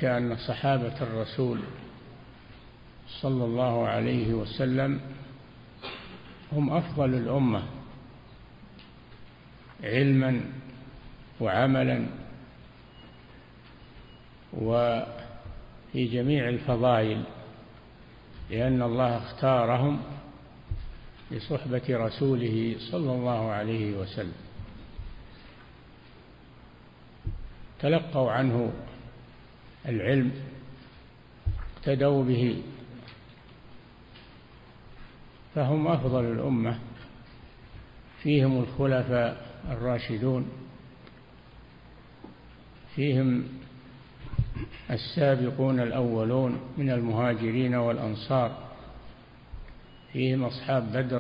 شك أن صحابة الرسول صلى الله عليه وسلم هم أفضل الأمة علما وعملا وفي جميع الفضائل، لأن الله اختارهم لصحبة رسوله صلى الله عليه وسلم، تلقوا عنه العلم، اقتدوا به، فهم أفضل الأمة. فيهم الخلفاء الراشدون، فيهم السابقون الأولون من المهاجرين والأنصار، فيهم أصحاب بدر،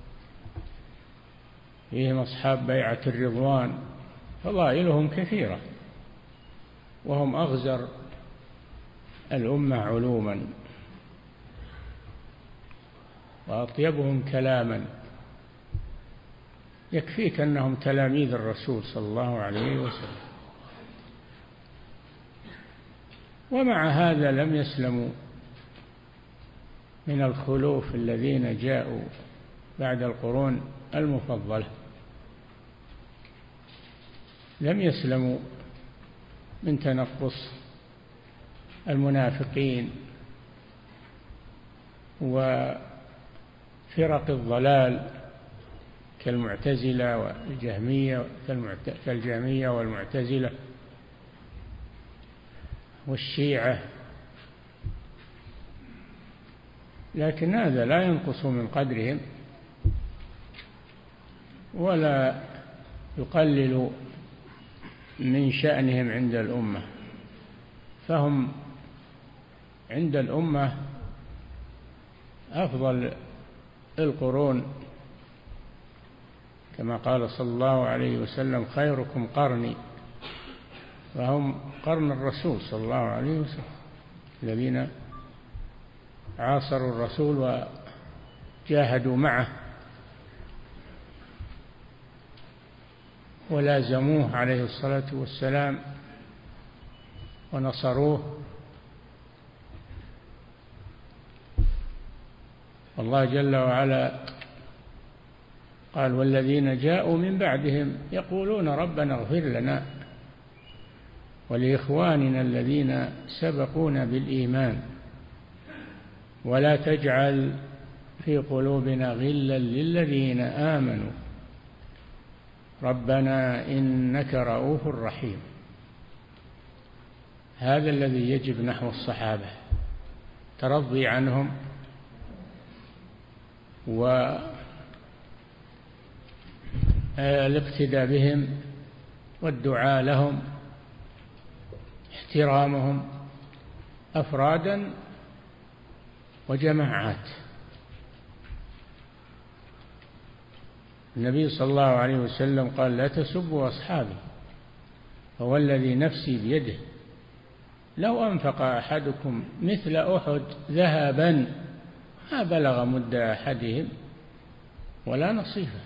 فيهم أصحاب بيعة الرضوان، فضائلهم كثيرة، وهم أغزر الأمة علوما وأطيبهم كلاما. يكفيك أنهم تلاميذ الرسول صلى الله عليه وسلم، ومع هذا لم يسلموا من الخلوف الذين جاءوا بعد القرون المفضلة، لم يسلموا من تنقص المنافقين وفرق الضلال كالمعتزلة كالجهمية والمعتزلة والشيعة، لكن هذا لا ينقص من قدرهم ولا يقلل من شأنهم عند الأمة، فهم عند الأمة أفضل القرون، كما قال صلى الله عليه وسلم: خيركم قرني، فهم قرن الرسول صلى الله عليه وسلم، الذين عاصروا الرسول وجاهدوا معه ولازموه عليه الصلاة والسلام ونصروه. الله جل وعلا قال: والذين جاءوا من بعدهم يقولون ربنا اغفر لنا ولإخواننا الذين سبقونا بالإيمان ولا تجعل في قلوبنا غلا للذين آمنوا ربنا إنك رؤوف رحيم. هذا الذي يجب نحو الصحابة، ترضي عنهم والاقتداء بهم والدعاء لهم، احترامهم أفرادا وجماعات. النبي صلى الله عليه وسلم قال: لا تسبوا أصحابي، فوالذي نفسي بيده لو أنفق أحدكم مثل أحد ذهبا ما بلغ مد أحدهم ولا نصيفه.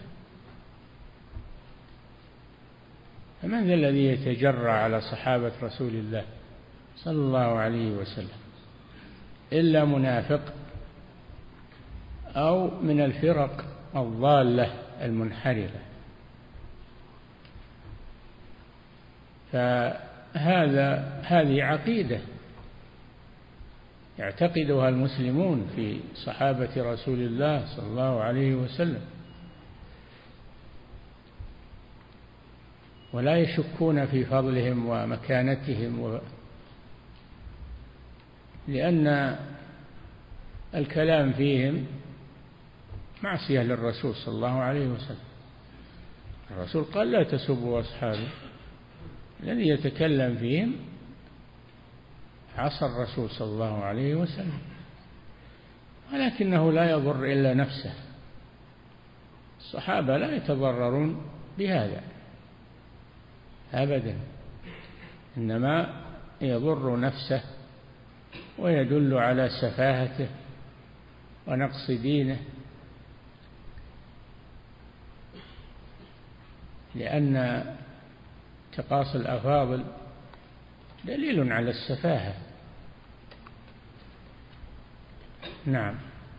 فمن ذا الذي يتجرأ على صحابة رسول الله صلى الله عليه وسلم إلا منافق أو من الفرق الضالة المنحرفة. هذه عقيدة يعتقدها المسلمون في صحابة رسول الله صلى الله عليه وسلم، ولا يشكون في فضلهم ومكانتهم، لأن الكلام فيهم معصية للرسول صلى الله عليه وسلم. الرسول قال: لا تسبوا أصحابي. الذي يتكلم فيهم عصى الرسول صلى الله عليه وسلم، ولكنه لا يضر إلا نفسه. الصحابة لا يتضررون بهذا أبدا، إنما يضر نفسه ويدل على سفاهته ونقص دينه، لأن تقاصي الأفاضل دليل على السفاهة. نعم.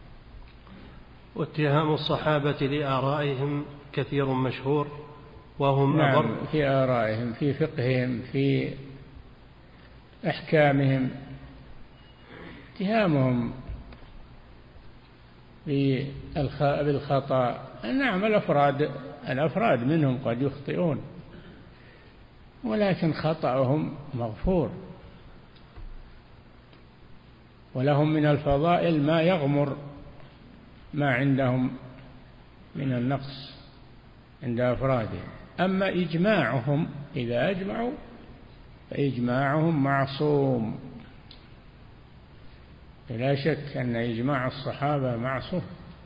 واتهام الصحابة لآرائهم كثير مشهور، وهم نعم في آرائهم، في فقههم، في أحكامهم، اتهامهم بالخطأ. نعم الأفراد منهم قد يخطئون، ولكن خطأهم مغفور، ولهم من الفضائل ما يغمر ما عندهم من النقص عند أفرادهم. أما إجماعهم إذا أجمعوا فإجماعهم معصوم، لا شك أن إجماع الصحابة معصوم.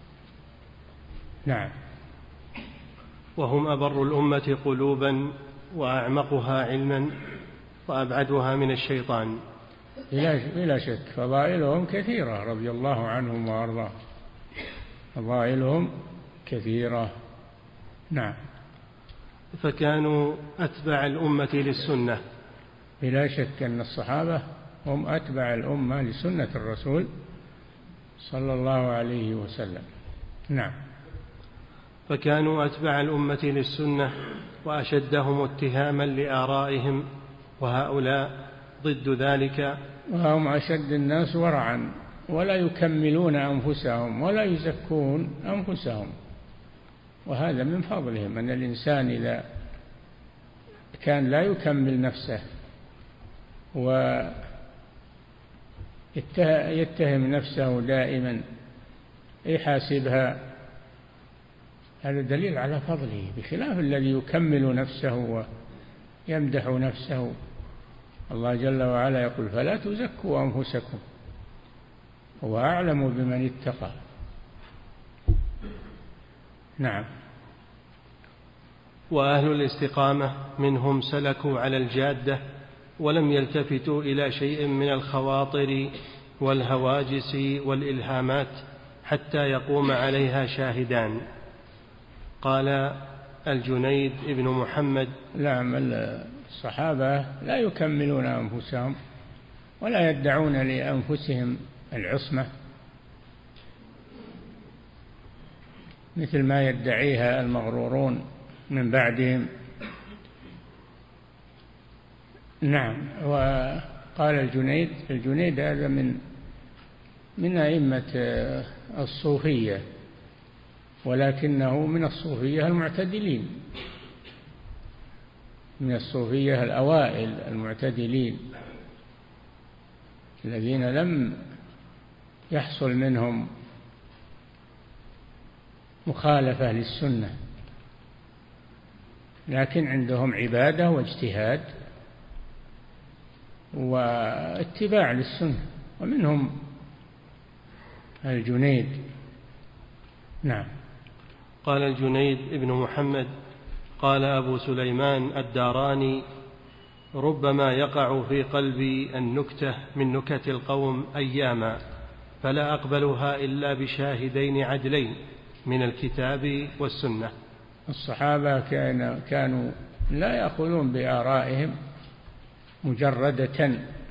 نعم. وهم أبر الأمة قلوبا وأعمقها علما وأبعدها من الشيطان. بلا شك فضائلهم كثيرة رضي الله عنهم وأرضاهم، فضائلهم كثيرة. نعم. فكانوا أتبع الأمة للسنة. بلا شك أن الصحابة هم أتبع الأمة لسنة الرسول صلى الله عليه وسلم. نعم. فكانوا أتبع الأمة للسنة وأشدهم اتهاما لآرائهم، وهؤلاء ضد ذلك. وهم أشد الناس ورعا، ولا يكملون أنفسهم ولا يزكون أنفسهم، وهذا من فضلهم. أن الإنسان إذا كان لا يكمل نفسه ويتهم نفسه دائما يحاسبها، هذا دليل على فضله، بخلاف الذي يكمل نفسه ويمدح نفسه. الله جل وعلا يقول: فلا تزكوا أنفسكم هو أعلم بمن اتقى. نعم. وأهل الاستقامة منهم سلكوا على الجادة ولم يلتفتوا إلى شيء من الخواطر والهواجس والإلهامات حتى يقوم عليها شاهدان. قال الجنيد ابن محمد: نعم، الصحابة لا يكملون أنفسهم ولا يدعون لأنفسهم العصمة مثل ما يدعيها المغرورون من بعدهم. نعم. وقال الجنيد هذا من أئمة الصوفية، ولكنه من الصوفية المعتدلين، من الصوفية الأوائل المعتدلين الذين لم يحصل منهم مخالفة للسنة، لكن عندهم عبادة واجتهاد واتباع للسنة، ومنهم الجنيد. نعم. قال الجنيد ابن محمد: قال أبو سليمان الداراني: ربما يقع في قلبي النكتة من نكت القوم أياما، فلا أقبلها إلا بشاهدين عدلين من الكتاب والسنة. الصحابة كانوا لا يأخذون بآرائهم مجردة،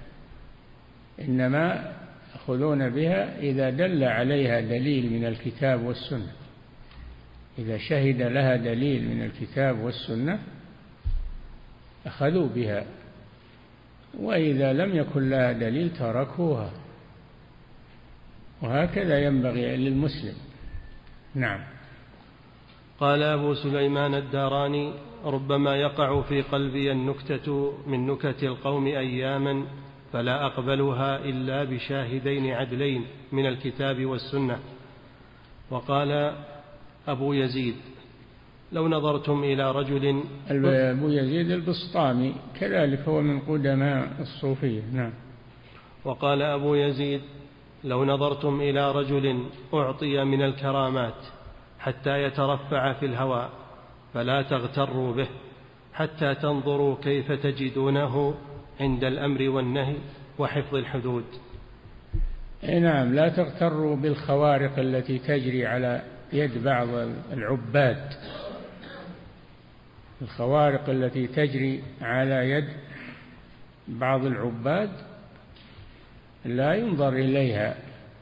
إنما يأخذون بها إذا دل عليها دليل من الكتاب والسنة. إذا شهد لها دليل من الكتاب والسنة أخذوا بها، وإذا لم يكن لها دليل تركوها، وهكذا ينبغي للمسلم. نعم. قال أبو سليمان الداراني: ربما يقع في قلبي النكتة من نكت القوم أياما، فلا أقبلها إلا بشاهدين عدلين من الكتاب والسنة. وقال أبو يزيد: لو نظرتم إلى رجل. أبو يزيد البسطامي كذلك هو من قدماء الصوفية. نعم. وقال أبو يزيد: لو نظرتم إلى رجل أعطي من الكرامات حتى يترفع في الهواء فلا تغتروا به حتى تنظروا كيف تجدونه عند الأمر والنهي وحفظ الحدود. نعم، لا تغتروا بالخوارق التي تجري على يد بعض العباد، الخوارق التي تجري على يد بعض العباد لا ينظر إليها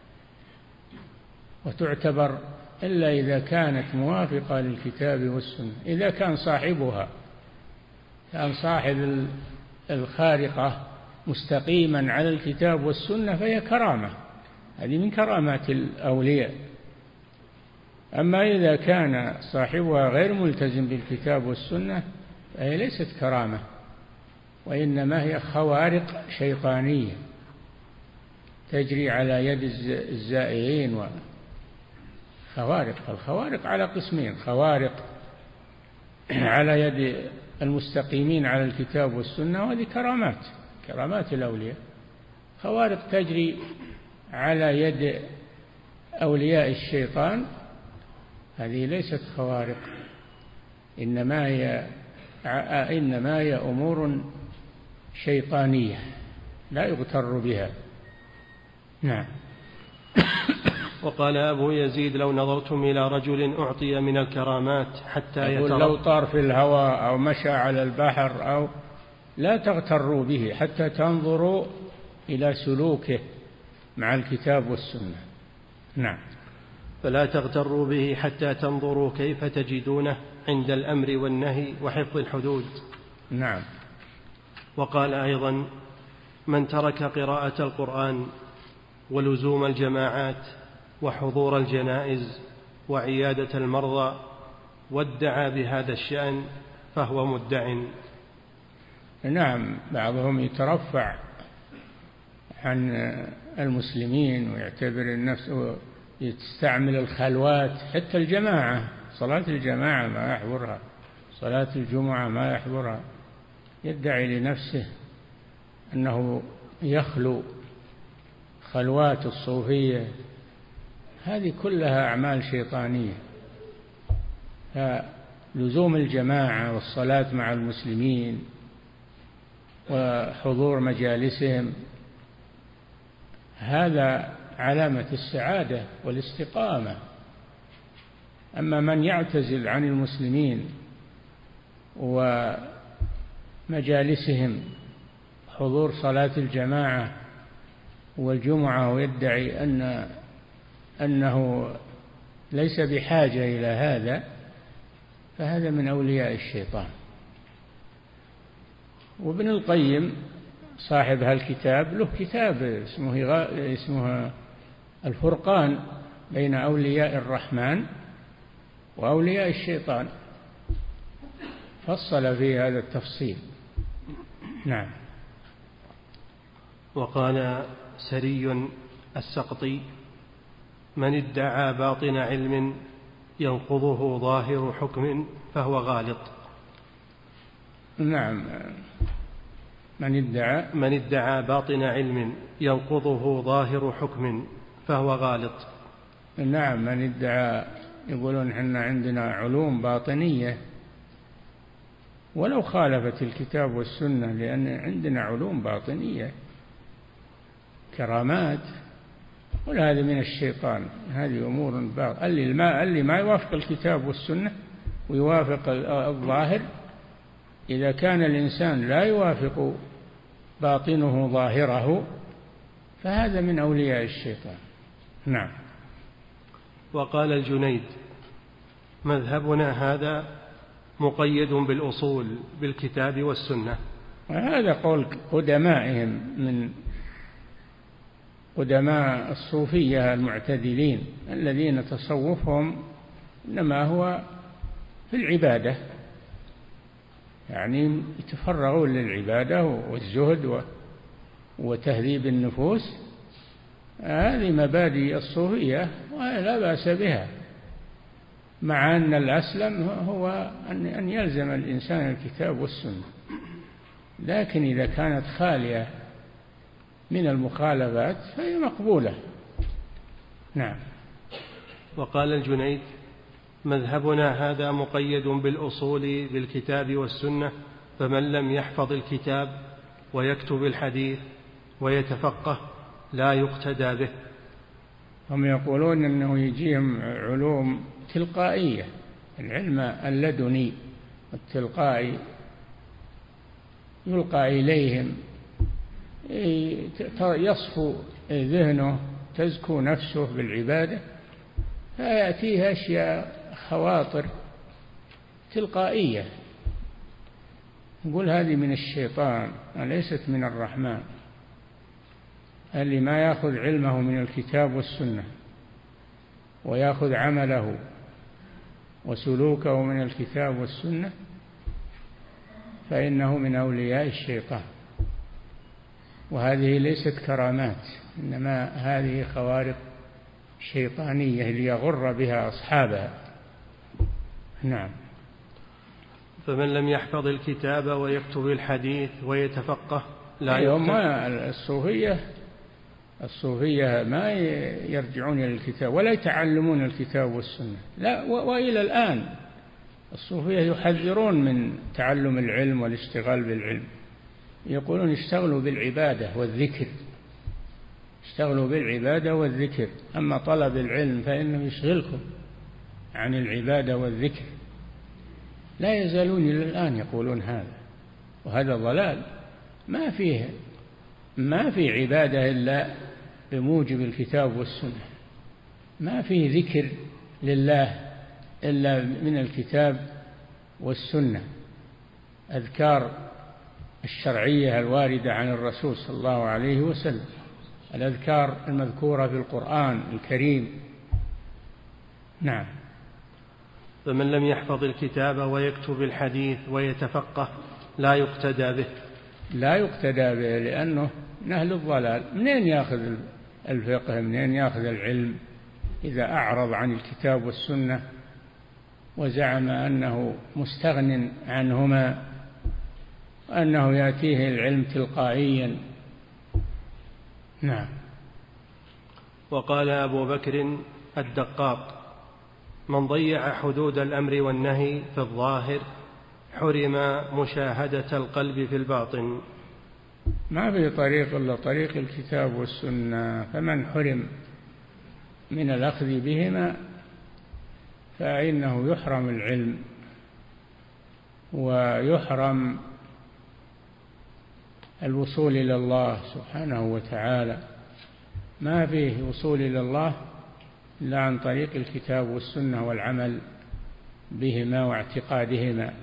وتعتبر إلا إذا كانت موافقة للكتاب والسنة. إذا كان صاحبها كان صاحب الخارقة مستقيما على الكتاب والسنة فهي كرامة، هذه من كرامات الأولياء. أما إذا كان صاحبها غير ملتزم بالكتاب والسنة فهي ليست كرامة، وإنما هي خوارق شيطانية تجري على يد الزائرين. الخوارق على قسمين: خوارق على يد المستقيمين على الكتاب والسنة، وهذه كرامات الأولياء. خوارق تجري على يد أولياء الشيطان هذه ليست خوارق، إنما هي أمور شيطانية لا يغتر بها. نعم. وقال أبو يزيد: لو نظرتم إلى رجل أعطي من الكرامات حتى لو طار في الهواء أو مشى على البحر أو لا تغتروا به حتى تنظروا إلى سلوكه مع الكتاب والسنة. نعم. فلا تغتروا به حتى تنظروا كيف تجدونه عند الأمر والنهي وحفظ الحدود. نعم. وقال أيضا: من ترك قراءة القرآن ولزوم الجماعات وحضور الجنائز وعيادة المرضى وادعى بهذا الشأن فهو مدع. نعم. بعضهم يترفع عن المسلمين ويعتبر النفس يستعمل الخلوات، حتى الجماعة، صلاة الجماعة ما يحضرها، صلاة الجمعة ما يحضرها، يدعي لنفسه أنه يخلو خلوات الصوفية. هذه كلها أعمال شيطانية. فلزوم الجماعة والصلاة مع المسلمين وحضور مجالسهم هذا علامة السعادة والاستقامة. أما من يعتزل عن المسلمين ومجالسهم حضور صلاة الجماعة والجمعة ويدعي أنه ليس بحاجة إلى هذا فهذا من أولياء الشيطان. وابن القيم صاحب هالكتاب له كتاب اسمه الفرقان بين أولياء الرحمن وأولياء الشيطان، فصل في هذا التفصيل. نعم. وقال سري السقطي: من ادعى باطن علم ينقضه ظاهر حكم فهو غالط. نعم. من ادعى باطن علم ينقضه ظاهر حكم فهو غالط. نعم. من ادعى، يقولون إحنا عندنا علوم باطنية ولو خالفت الكتاب والسنة، لأن عندنا علوم باطنية كرامات، وهذا من الشيطان. هذه أمور باطنة. اللي ما يوافق الكتاب والسنة ويوافق الظاهر، إذا كان الإنسان لا يوافق باطنه ظاهره فهذا من أولياء الشيطان. نعم. وقال الجنيد: مذهبنا هذا مقيد بالأصول بالكتاب والسنة. هذا قول قدمائهم من قدماء الصوفية المعتدلين الذين تصوفهم إنما هو في العبادة، يعني يتفرغون للعبادة والزهد وتهذيب النفوس. هذه مبادئ الصوفية ولا بأس بها، مع أن الأسلم هو أن يلزم الإنسان الكتاب والسنة، لكن إذا كانت خالية من المخالفات فهي مقبولة. نعم. وقال الجنيد: مذهبنا هذا مقيد بالأصول بالكتاب والسنة، فمن لم يحفظ الكتاب ويكتب الحديث ويتفقه لا يقتدى به. هم يقولون أنه يجيهم علوم تلقائية، العلم اللدني التلقائي يلقى إليهم يصفو ذهنه، تزكو نفسه بالعبادة، فيأتيه أشياء خواطر تلقائية يقول هذه من الشيطان وليست من الرحمن. اللي ما يأخذ علمه من الكتاب والسنة ويأخذ عمله وسلوكه من الكتاب والسنة فإنه من أولياء الشيطان، وهذه ليست كرامات، إنما هذه خوارق شيطانية ليغر بها أصحابها. نعم. فمن لم يحفظ الكتاب ويكتب الحديث ويتفقه لا الصوفية ما يرجعون إلى الكتاب ولا يتعلمون الكتاب والسنة، لا، وإلى الآن الصوفية يحذرون من تعلم العلم والاشتغال بالعلم، يقولون اشتغلوا بالعبادة والذكر، اشتغلوا بالعبادة والذكر، أما طلب العلم فإنه يشغلكم عن العبادة والذكر. لا يزالون إلى الآن يقولون هذا، وهذا ضلال. ما في عبادة إلا بموجب الكتاب والسنة، ما في ذكر لله إلا من الكتاب والسنة، أذكار الشرعية الواردة عن الرسول صلى الله عليه وسلم، الأذكار المذكورة في القرآن الكريم. نعم. فمن لم يحفظ الكتاب ويكتب الحديث ويتفقه لا يقتدى به، لا يقتدى به، لأنه من أهل الضلال. منين يأخذ الفقه؟ منين يأخذ العلم إذا أعرض عن الكتاب والسنة وزعم أنه مستغن عنهما، أنه يأتيه العلم تلقائيا. نعم. وقال أبو بكر الدقاق: من ضيع حدود الأمر والنهي في الظاهر حرم مشاهدة القلب في الباطن. ما في طريق إلا طريق الكتاب والسنة، فمن حرم من الأخذ بهما فإنه يحرم العلم ويحرم الوصول إلى الله سبحانه وتعالى. ما فيه وصول إلى الله إلا عن طريق الكتاب والسنة والعمل بهما واعتقادهما.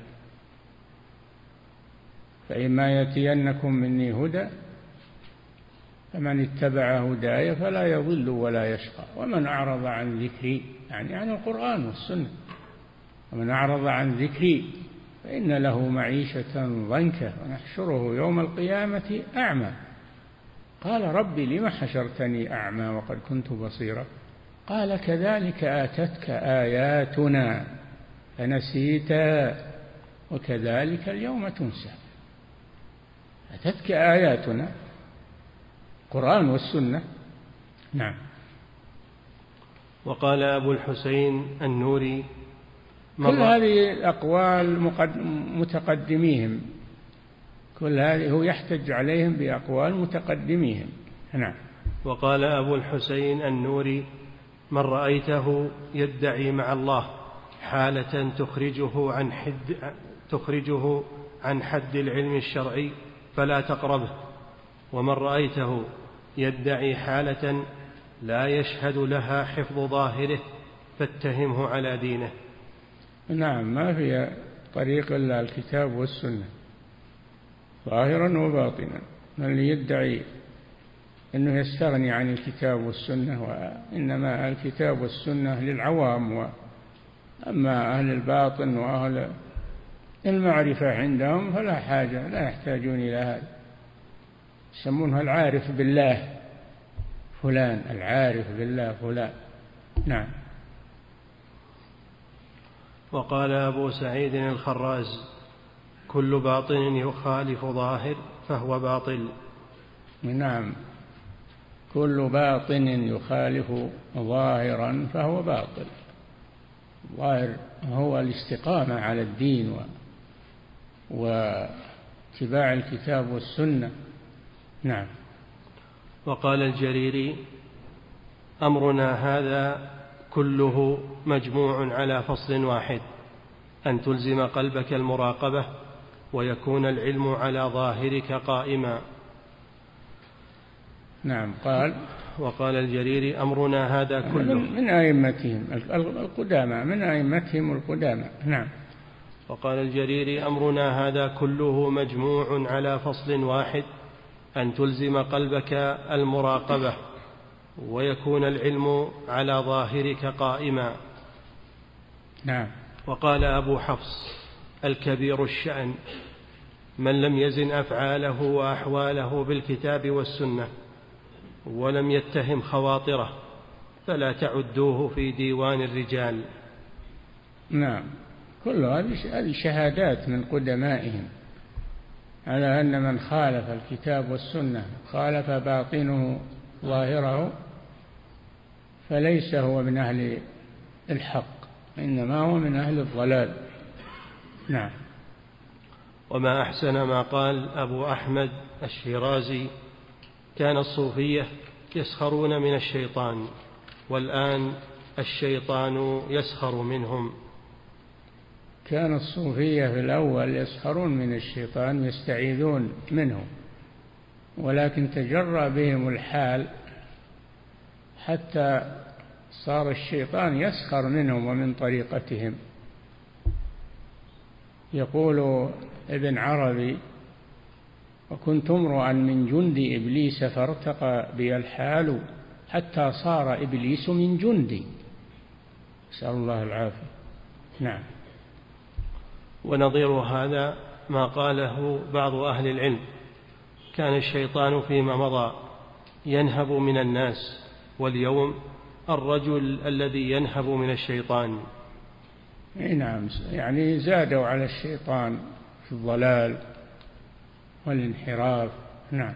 فإما يأتينكم مني هدى فمن اتبع هداي فلا يضل ولا يشقى ومن أعرض عن ذكري، يعني عن القرآن والسنة، ومن أعرض عن ذكري فإن له معيشة ضنكا ونحشره يوم القيامة أعمى. قال رب لم حشرتني أعمى وقد كنت بصيرا؟ قال كذلك آتتك آياتنا فنسيتها وكذلك اليوم تنسى. أتتك آياتنا، القرآن والسنة. نعم. وقال أبو الحسين النوري: كل هذه الأقوال متقدميهم، كل هذه هو يحتج عليهم بأقوال متقدميهم. نعم. وقال أبو الحسين النوري: من رأيته يدعي مع الله حالة تخرجه عن حد العلم الشرعي فلا تقربه، ومن رأيته يدعي حالة لا يشهد لها حفظ ظاهره فاتهمه على دينه. نعم. ما في طريق إلا الكتاب والسنة ظاهرا وباطنا. من يدعي أنه يستغني عن الكتاب والسنة، وإنما الكتاب والسنة للعوام، أما أهل الباطن وأهل المعرفة عندهم فلا حاجة، لا يحتاجون إلى هذا. يسمونها العارف بالله فلان، العارف بالله فلان. نعم. وقال أبو سعيد الخراز: كل باطن يخالف ظاهر فهو باطل. نعم. كل باطن يخالف ظاهرا فهو باطل. الظاهر هو الاستقامة على الدين واتباع الكتاب والسنة. نعم. وقال الجريري: أمرنا هذا كله مجموع على فصل واحد، أن تلزم قلبك المراقبة ويكون العلم على ظاهرك قائما، نعم. قال: وقال الجريري: أمرنا هذا كله من أئمتهم القدامى، من أئمتهم القدامى. نعم. وقال الجريري: أمرنا هذا كله مجموع على فصل واحد، أن تلزم قلبك المراقبة، ويكون العلم على ظاهرك قائما. نعم. وقال أبو حفص: الكبير الشأن من لم يزن أفعاله وأحواله بالكتاب والسنة ولم يتهم خواطره، فلا تعدوه في ديوان الرجال. نعم. كل هذه شهادات من قدمائهم على أن من خالف الكتاب والسنة، خالف باطنه ظاهره، فليس هو من أهل الحق، إنما هو من أهل الضلال. نعم. وما أحسن ما قال أبو أحمد الشيرازي: كان الصوفية يسخرون من الشيطان، والآن الشيطان يسخر منهم. كان الصوفية في الأول يسخرون من الشيطان، يستعيذون منه، ولكن تجرى بهم الحال حتى صار الشيطان يسخر منهم ومن طريقتهم. يقول ابن عربي: وكنت امرؤا من جند إبليس فارتقى بي الحال حتى صار إبليس من جندي. نسأل الله العافية. نعم. ونظير هذا ما قاله بعض أهل العلم: كان الشيطان فيما مضى ينهب من الناس، واليوم الرجل الذي ينهب من الشيطان. نعم. يعني زادوا على الشيطان في الضلال والانحراف. نعم.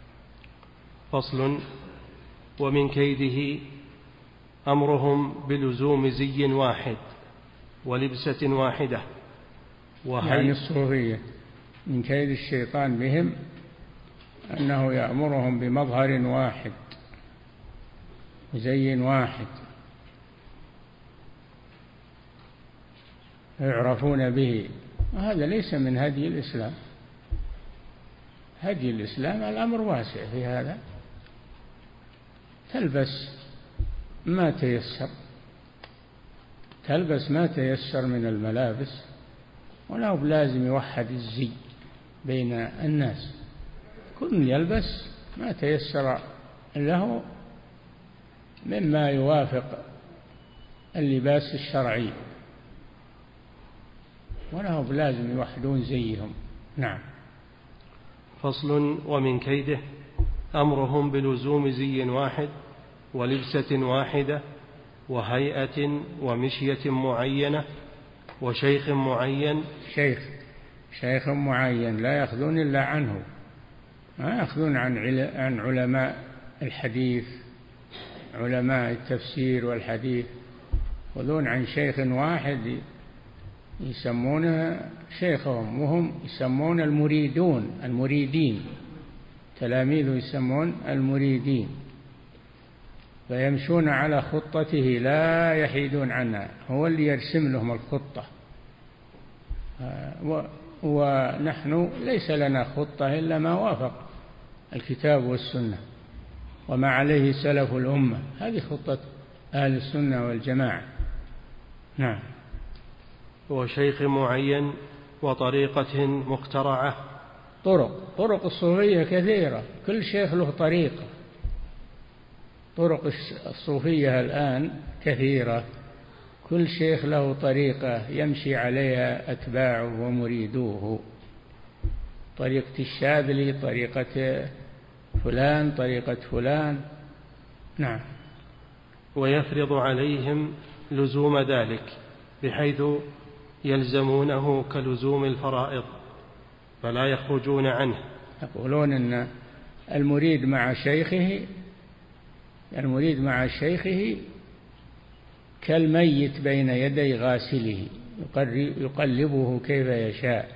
فصل: ومن كيده أمرهم بلزوم زي واحد ولبسة واحدة. يعني الصوفية من كيد الشيطان بهم أنه يأمرهم بمظهر واحد وزي واحد يعرفون به، وهذا ليس من هدي الإسلام. هدي الإسلام الأمر واسع في هذا، تلبس ما تيسر، تلبس ما تيسر من الملابس، ولا هو لازم يوحد الزي بين الناس، كل يلبس ما تيسر له مما يوافق اللباس الشرعي، ولا هو لازم يوحدون زيهم. نعم. فصل: ومن كيده أمرهم بلزوم زي واحد ولبسة واحدة وهيئة ومشية معينة وشيخ معين. شيخ معين لا يأخذون إلا عنه، ما يأخذون عن علماء الحديث، علماء التفسير والحديث، يأخذون عن شيخ واحد يسمونه شيخهم، وهم يسمون المريدين، تلاميذه يسمون المريدين، فيمشون على خطته لا يحيدون عنها، هو اللي يرسم لهم الخطة. ونحن ليس لنا خطة إلا ما وافق الكتاب والسنة وما عليه سلف الأمة، هذه خطة أهل السنة والجماعة. نعم. وشيخ معين وطريقة مخترعة. طرق الصوفية كثيرة، كل شيخ له طريقة. طرق الصوفية الآن كثيرة، كل شيخ له طريقة يمشي عليها أتباعه ومريدوه، طريقة الشاذلي، طريقة فلان، طريقة فلان. نعم. ويفرض عليهم لزوم ذلك بحيث يلزمونه كلزوم الفرائض فلا يخرجون عنه. يقولون أن المريد مع شيخه كالميت بين يدي غاسله يقلبه كيف يشاء،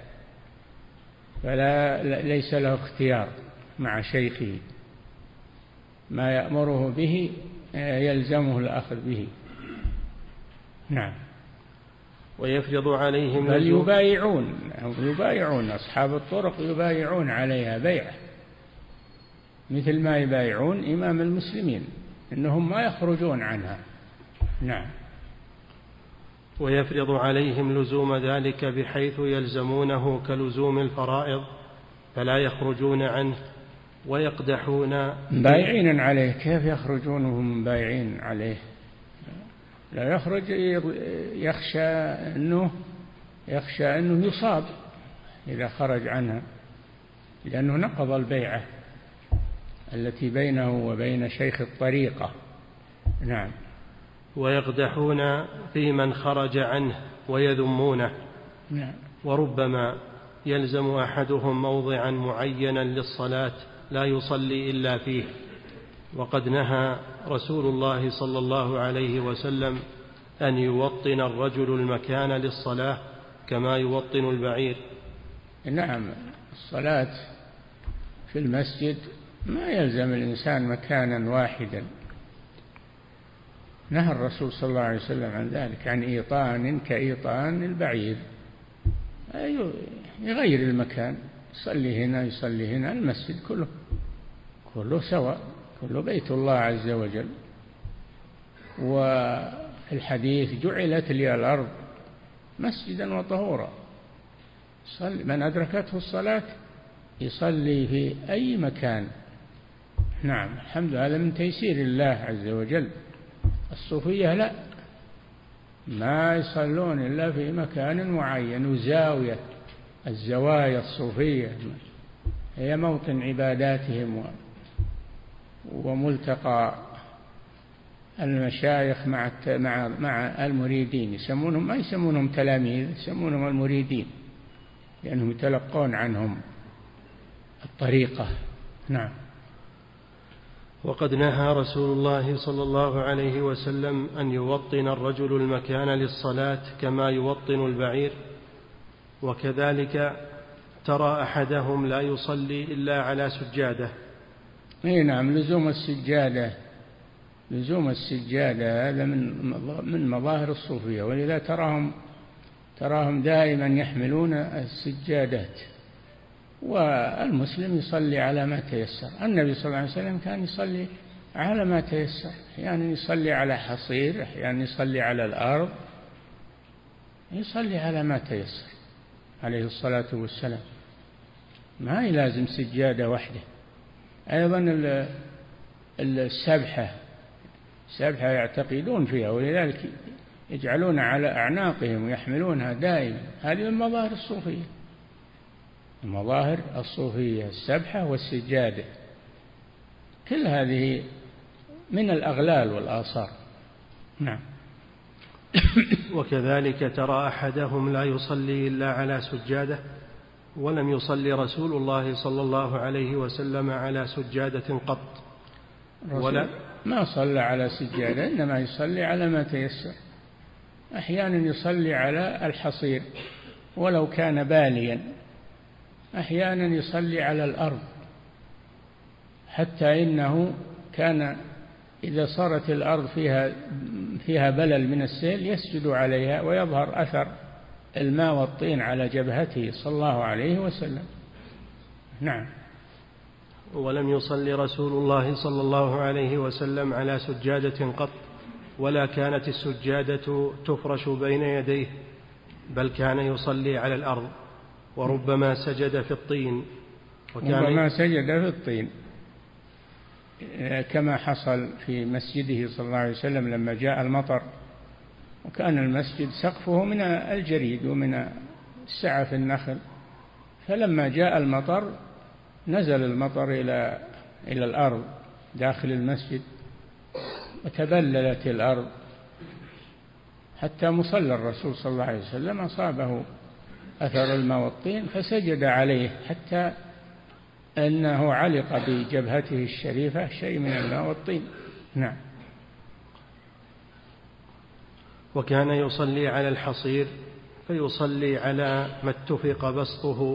ليس له اختيار مع شيخه، ما يأمره به يلزمه الأخذ به. نعم. ويفرض عليهم بل يبايعون أصحاب الطرق، يبايعون عليها بيعة، مثل ما يبايعون إمام المسلمين إنهم ما يخرجون عنها. نعم. ويفرض عليهم لزوم ذلك بحيث يلزمونه كلزوم الفرائض فلا يخرجون عنه ويقدحون بايعين عليه. كيف يخرجون وهم بايعين عليه؟ لا يخرج، يخشى أنه يصاب إذا خرج عنها، لأنه نقض البيعة التي بينه وبين شيخ الطريقة. نعم. ويقدحون في من خرج عنه ويذمونه. نعم. وربما يلزم أحدهم موضعا معينا للصلاة لا يصلي إلا فيه، وقد نهى رسول الله صلى الله عليه وسلم أن يوطن الرجل المكان للصلاة كما يوطن البعير. نعم. الصلاة في المسجد ما يلزم الإنسان مكانا واحدا، نهى الرسول صلى الله عليه وسلم عن ذلك، عن إيطان كإيطان البعير، يغير المكان، يصلي هنا يصلي هنا. المسجد كله سواء، كله بيت الله عز وجل. وفي الحديث جعلت لي الأرض مسجدا وطهورا، من أدركته الصلاة يصلي في أي مكان. نعم. الحمد لله، هذا من تيسير الله عز وجل. الصوفية لا، ما يصلون إلا في مكان معين، وزاوية. الزوايا الصوفية هي موطن عباداتهم وملتقى المشايخ مع المريدين. ما يسمونهم تلاميذ، يسمونهم المريدين، لأنهم يتلقون عنهم الطريقة. نعم. وقد نهى رسول الله صلى الله عليه وسلم أن يوطن الرجل المكان للصلاة كما يوطن البعير. وكذلك ترى أحدهم لا يصلي إلا على سجادة. نعم. لزوم السجادة هذا من مظاهر الصوفية، ولذا تراهم دائما يحملون السجادات. والمسلم يصلي على ما تيسر. النبي صلى الله عليه وسلم كان يصلي على ما تيسر، أحيانا يصلي على حصير، أحيانا يصلي على الأرض، يصلي على ما تيسر عليه الصلاة والسلام، ما يلازم سجادة واحدة. أيضا السبحة يعتقدون فيها، ولذلك يجعلون على أعناقهم ويحملونها دائما. هذه من مظاهر الصوفية، المظاهر الصوفية، السبحة والسجادة، كل هذه من الأغلال والآثار. نعم. وكذلك ترى أحدهم لا يصلي إلا على سجادة، ولم يصلي رسول الله صلى الله عليه وسلم على سجادة قط، ولا ما صلى على سجادة، إنما يصلي على ما تيسر. أحيانا يصلي على الحصير ولو كان باليا، أحيانا يصلي على الأرض، حتى إنه كان إذا صارت الأرض فيها بلل من السيل يسجد عليها ويظهر أثر الماء والطين على جبهته صلى الله عليه وسلم. نعم. ولم يصلي رسول الله صلى الله عليه وسلم على سجادة قط، ولا كانت السجادة تفرش بين يديه، بل كان يصلي على الأرض، وربما سجد في الطين. ربما سجد في الطين، كما حصل في مسجده صلى الله عليه وسلم لما جاء المطر، وكان المسجد سقفه من الجريد ومن سعف النخل، فلما جاء المطر نزل المطر إلى الأرض داخل المسجد، وتبللت الأرض حتى مصلى الرسول صلى الله عليه وسلم أصابه أثر الماء والطين فسجد عليه، حتى أنه علق بجبهته الشريفة شيء من الماء والطين. نعم. وكان يصلي على الحصير فيصلي على ما اتفق بسطه،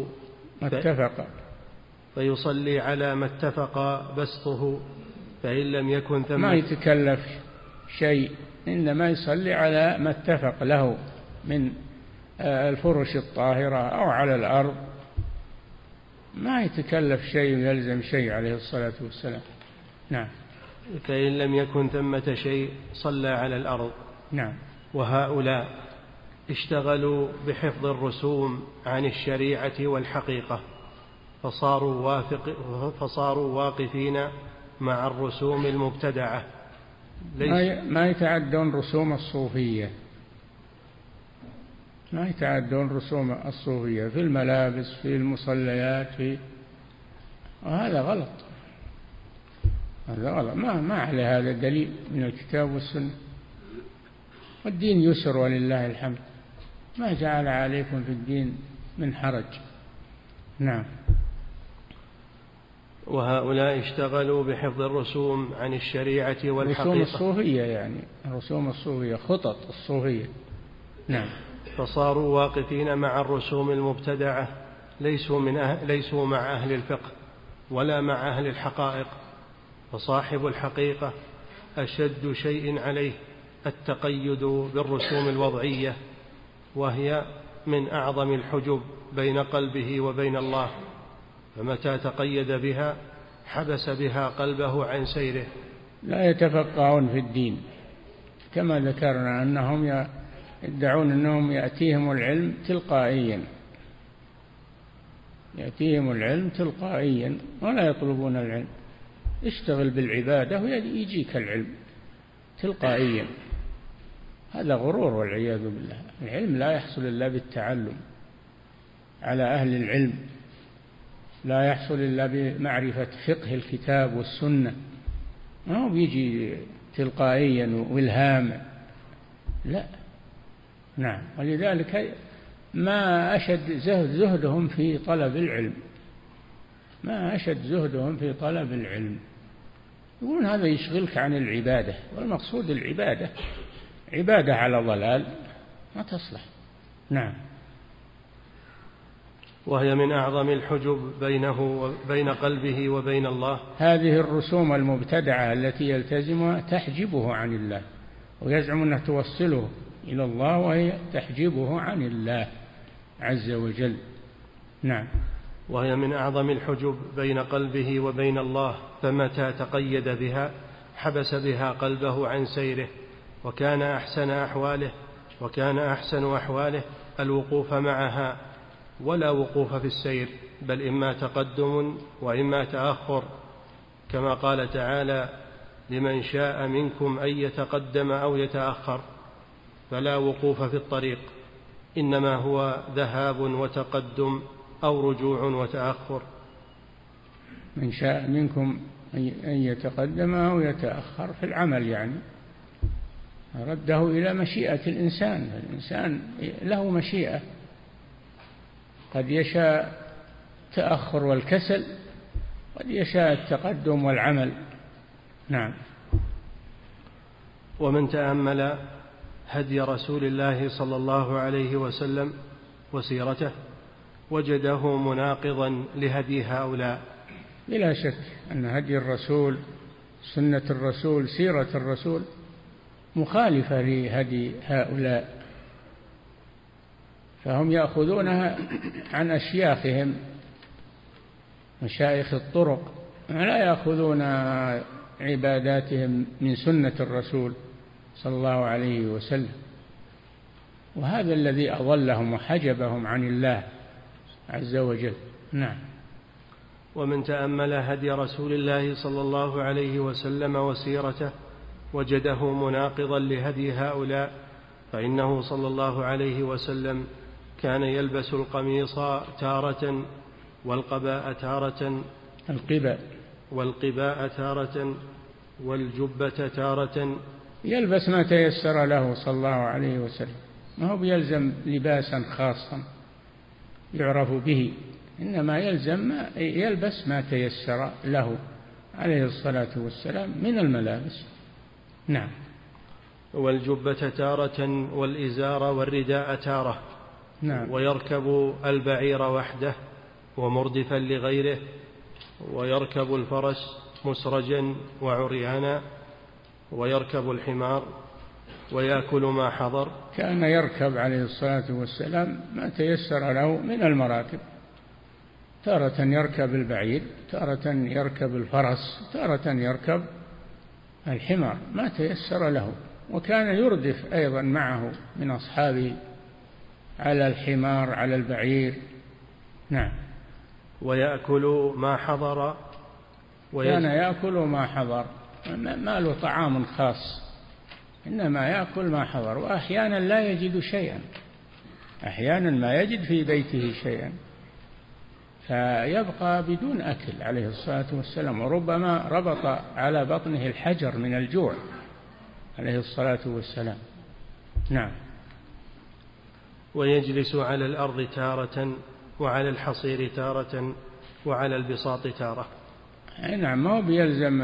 فيصلي على ما اتفق بسطه، فإن لم يكن ثم ما يتكلف شيء، إنما يصلي على ما اتفق له من الفرش الطاهرة أو على الأرض، ما يتكلف شيء ويلزم شيء عليه الصلاة والسلام. نعم. فإن لم يكن ثمة شيء صلى على الأرض. نعم. وهؤلاء اشتغلوا بحفظ الرسوم عن الشريعة والحقيقة فصاروا واقفين مع الرسوم المبتدعة. ما يتعدون رسوم الصوفية، ما يتعدون رسوم الصوفية في الملابس، في المصليات، وهذا غلط. هذا غلط، ما على هذا دليل من الكتاب والسنة. والدين يسر ولله الحمد، ما جعل عليكم في الدين من حرج. نعم. وهؤلاء اشتغلوا بحفظ الرسوم عن الشريعة والحقيقة. رسوم الصوفية، يعني رسوم الصوفية، خطط الصوفية. نعم. فصاروا واقفين مع الرسوم المبتدعة، ليسوا مع أهل الفقه ولا مع أهل الحقائق. فصاحب الحقيقة أشد شيء عليه التقيد بالرسوم الوضعية، وهي من أعظم الحجب بين قلبه وبين الله، فمتى تقيد بها حبس بها قلبه عن سيره. لا يتفقهون في الدين، كما ذكرنا أنهم يدعون أنهم يأتيهم العلم تلقائيا ولا يطلبون العلم. اشتغل بالعبادة ويجيك العلم تلقائيا. هذا غرور والعياذ بالله. العلم لا يحصل إلا بالتعلم على أهل العلم، لا يحصل إلا بمعرفة فقه الكتاب والسنة، ما هو بيجي تلقائيا والهام، لا. نعم. ولذلك ما أشد زهدهم في طلب العلم، يقولون هذا يشغلك عن العبادة، والمقصود العبادة. عبادة على ضلال ما تصلح. نعم. وهي من أعظم الحجب بين قلبه وبين الله. هذه الرسوم المبتدعة التي يلتزمها تحجبه عن الله، ويزعم أنها توصله إلى الله وهي تحجبه عن الله عز وجل. نعم. وهي من أعظم الحجب بين قلبه وبين الله، فمتى تقيد بها حبس بها قلبه عن سيره. وكان أحسن أحواله الوقوف معها، ولا وقوف في السير، بل إما تقدم وإما تأخر، كما قال تعالى: لمن شاء منكم أن يتقدم أو يتأخر. فلا وقوف في الطريق، إنما هو ذهاب وتقدم أو رجوع وتأخر. من شاء منكم أن يتقدم أو يتأخر في العمل، يعني رده إلى مشيئة الإنسان. الإنسان له مشيئة، قد يشاء التأخر والكسل، قد يشاء التقدم والعمل. نعم. ومن تأمل هدي رسول الله صلى الله عليه وسلم وسيرته وجده مناقضا لهدي هؤلاء. بلا شك أن هدي الرسول، سنة الرسول، سيرة الرسول مخالفة لهدي هؤلاء، فهم يأخذونها عن أشياخهم مشايخ الطرق، لا يأخذون عباداتهم من سنة الرسول صلى الله عليه وسلم، وهذا الذي أضلهم وحجبهم عن الله عز وجل. نعم. ومن تأمل هدي رسول الله صلى الله عليه وسلم وسيرته وجده مناقضا لهدي هؤلاء، فإنه صلى الله عليه وسلم كان يلبس القميص تارة والقباء تارة والجبة تارة، يلبس ما تيسر له صلى الله عليه وسلم، ما هو بيلزم لباسا خاصا يعرف به، إنما يلبس ما تيسر له عليه الصلاة والسلام من الملابس. نعم. والجبة تارة والإزار والرداء تارة. نعم. ويركب البعير وحده ومردفا لغيره، ويركب الفرس مسرجا وعريانا، ويركب الحمار ويأكل ما حضر. كان يركب عليه الصلاة والسلام ما تيسر له من المراكب، تارة يركب البعير، تارة يركب الفرس، تارة يركب الحمار، ما تيسر له. وكان يردف أيضا معه من أصحابه على الحمار على البعير. نعم. ويأكل ما حضر. كان يأكل ما حضر، ما له طعام خاص، إنما يأكل ما حضر. وأحيانا لا يجد شيئا، أحيانا ما يجد في بيته شيئا فيبقى بدون أكل عليه الصلاة والسلام، وربما ربط على بطنه الحجر من الجوع عليه الصلاة والسلام. نعم. ويجلس على الأرض تارة، وعلى الحصير تارة، وعلى البساط تارة. نعم، ما هو بيلزم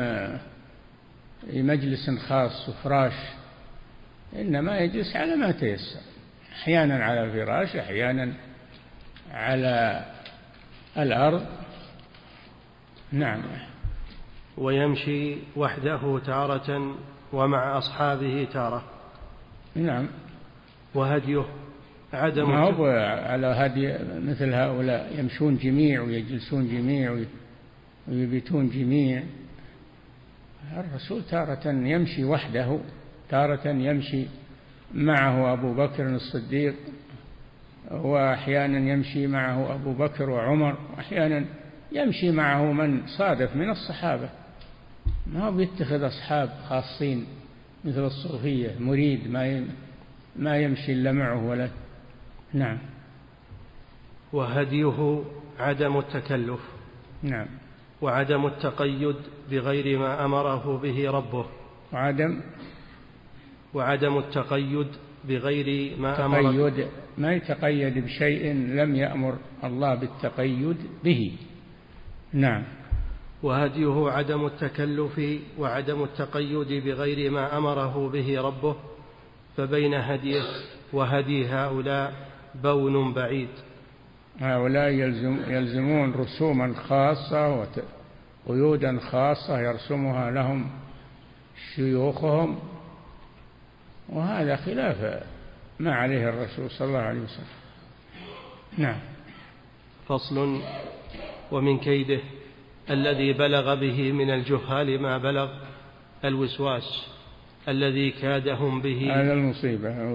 مجلس خاص وفراش، إنما يجلس على ما تيسر، أحيانا على الفراش، أحيانا على الأرض. نعم. ويمشي وحده تارة، ومع أصحابه تارة. نعم. وهديه عدم، ما هو على هدي مثل هؤلاء يمشون جميع ويجلسون جميع ويبيتون جميع. الرسول تارة يمشي وحده، تارة يمشي معه أبو بكر الصديق، وأحيانا يمشي معه أبو بكر وعمر، وأحيانا يمشي معه من صادف من الصحابة. ما هو بيتخذ أصحاب خاصين مثل الصوفية، مريد ما يمشي إلا معه ولا. نعم. وهديه عدم التكلف. نعم. وعدم التقيد بغير ما أمره به ربه. وعدم التقيد بغير ما أمره. ما يتقيد بشيء لم يأمر الله بالتقيد به. نعم. وهديه عدم التكلف وعدم التقيد بغير ما أمره به ربه، فبين هديه وهدي هؤلاء بون بعيد. هؤلاء يلزمون رسوما خاصة وقيودا خاصة يرسمها لهم شيوخهم، وهذا خلاف ما عليه الرسول صلى الله عليه وسلم. نعم. فصل. ومن كيده الذي بلغ به من الجهال ما بلغ الوسواس الذي كادهم به. هذا المصيبة،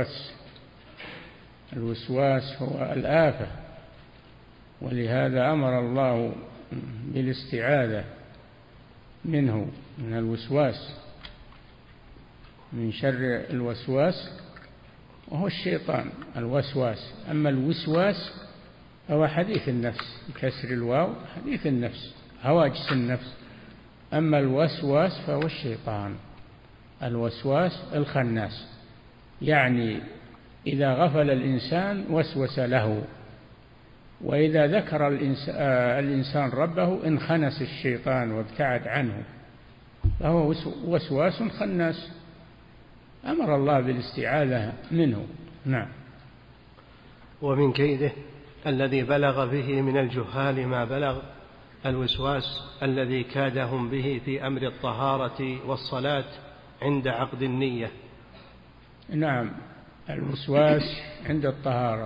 الوسواس هو الآفة، ولهذا أمر الله بالاستعاذة منه، من الوسواس، من شر الوسواس، وهو الشيطان الوسواس. أما الوسواس هو حديث النفس بكسر الواو، حديث النفس، هواجس النفس. أما الوسواس فهو الشيطان، الوسواس الخناس، يعني إذا غفل الإنسان وسوس له، وإذا ذكر الإنسان ربه انخنس الشيطان وابتعد عنه، فهو وسواس خناس، أمر الله بالاستعاذة منه. نعم. ومن كيده الذي بلغ به من الجهال ما بلغ الوسواس الذي كادهم به في أمر الطهارة والصلاة عند عقد النية. نعم. الوسواس عند الطهارة،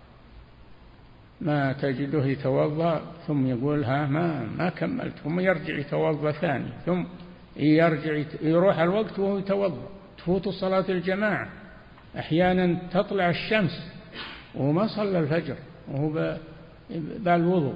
ما تجده يتوضأ ثم يقول ما كملت، ثم يرجع يتوضأ ثاني، ثم يرجع يروح الوقت وهو يتوضأ، تفوت صلاة الجماعة، أحيانا تطلع الشمس وهو ما صلى الفجر وهو بالوضوء.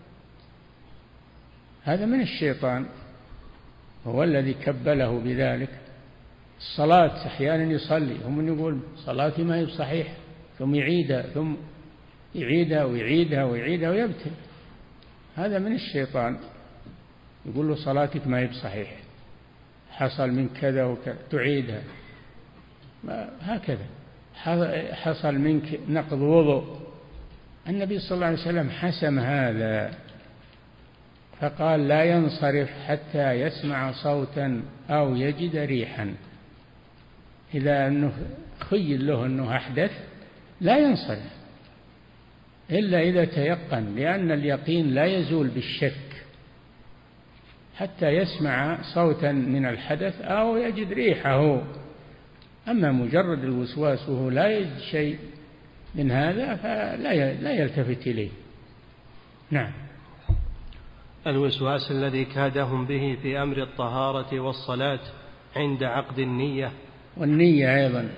هذا من الشيطان، هو الذي كبله بذلك. الصلاة أحيانا يصلي ثم يقول صلاتي ما هي بصحيح، ثم يعيدها، ثم يعيدها ويعيدها ويعيدها ويبتل. هذا من الشيطان، يقول له صلاتك ما هي بصحيح، حصل من كذا وكذا، تعيدها. هكذا حصل منك نقض وضوء. النبي صلى الله عليه وسلم حسم هذا فقال لا ينصرف حتى يسمع صوتا أو يجد ريحا. إذا أنه خيل له أنه أحدث لا ينصرف إلا إذا تيقن، لأن اليقين لا يزول بالشك، حتى يسمع صوتا من الحدث أو يجد ريحه. أما مجرد الوسواس وهو لا يجد شيء من هذا فلا يلتفت إليه. نعم. الوسواس الذي كادهم به في أمر الطهارة والصلاة عند عقد النية. والنية أيضا،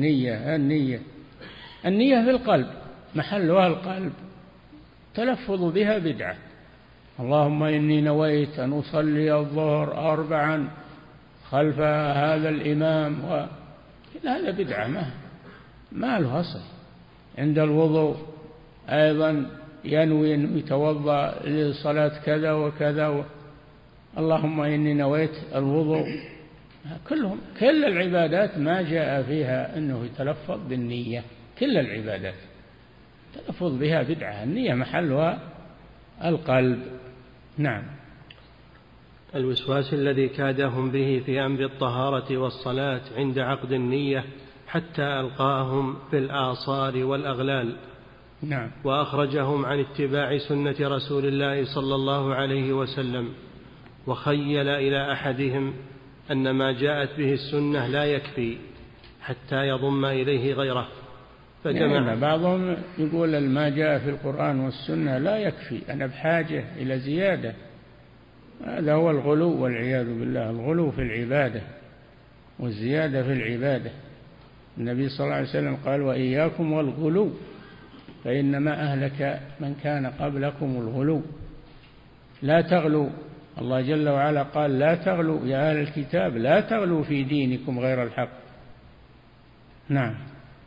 النية في القلب، محلها القلب، تلفظ بها بدعة. اللهم إني نويت أن أصلي الظهر 4 خلف هذا الإمام هذا بدعة ما له أصل. عند الوضوء أيضا ينوي أن يتوضأ لصلاة كذا وكذا اللهم إني نويت الوضوء. كل العبادات ما جاء فيها أنه يتلفظ بالنية، كل العبادات تلفظ بها بدعة، النية محلها القلب. نعم. الوسواس الذي كادهم به في أمر الطهارة والصلاة عند عقد النية حتى ألقاهم في الآصار والأغلال. نعم. وأخرجهم عن اتباع سنة رسول الله صلى الله عليه وسلم، وخيل إلى أحدهم أن ما جاءت به السنة لا يكفي حتى يضم إليه غيره، يعني بعضهم يقول ما جاء في القرآن والسنة لا يكفي، أنا بحاجة إلى زيادة. هذا هو الغلو والعياذ بالله، الغلو في العبادة والزيادة في العبادة. النبي صلى الله عليه وسلم قال وإياكم والغلو فإنما أهلك من كان قبلكم الغلو. لا تغلوا، الله جل وعلا قال لا تغلوا يا أهل الكتاب، لا تغلوا في دينكم غير الحق. نعم.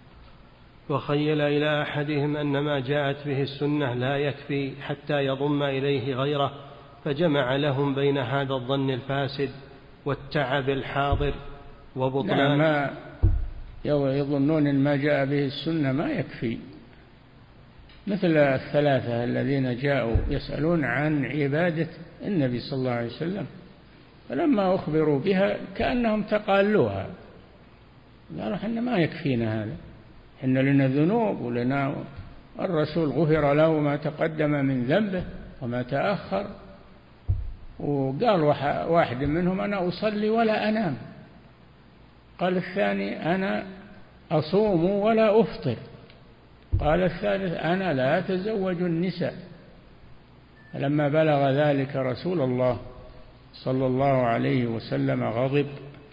وخيل إلى أحدهم أن ما جاءت به السنة لا يكفي حتى يضم إليه غيره، فجمع لهم بين هذا الظن الفاسد والتعب الحاضر وبطلان. ما يظنون أن ما جاء به السنة ما يكفي، مثل الثلاثة الذين جاءوا يسألون عن عبادة النبي صلى الله عليه وسلم، فلما أخبروا بها كأنهم تقالوها، قالوا إحنا ما يكفينا هذا، إن لنا ذنوب ولنا الرسول غفر له ما تقدم من ذنبه وما تأخر. وقال واحد منهم أنا أصلي ولا أنام، قال الثاني أنا أصوم ولا أفطر، قال الثالث أنا لا أتزوج النساء. فلما بلغ ذلك رسول الله صلى الله عليه وسلم غضب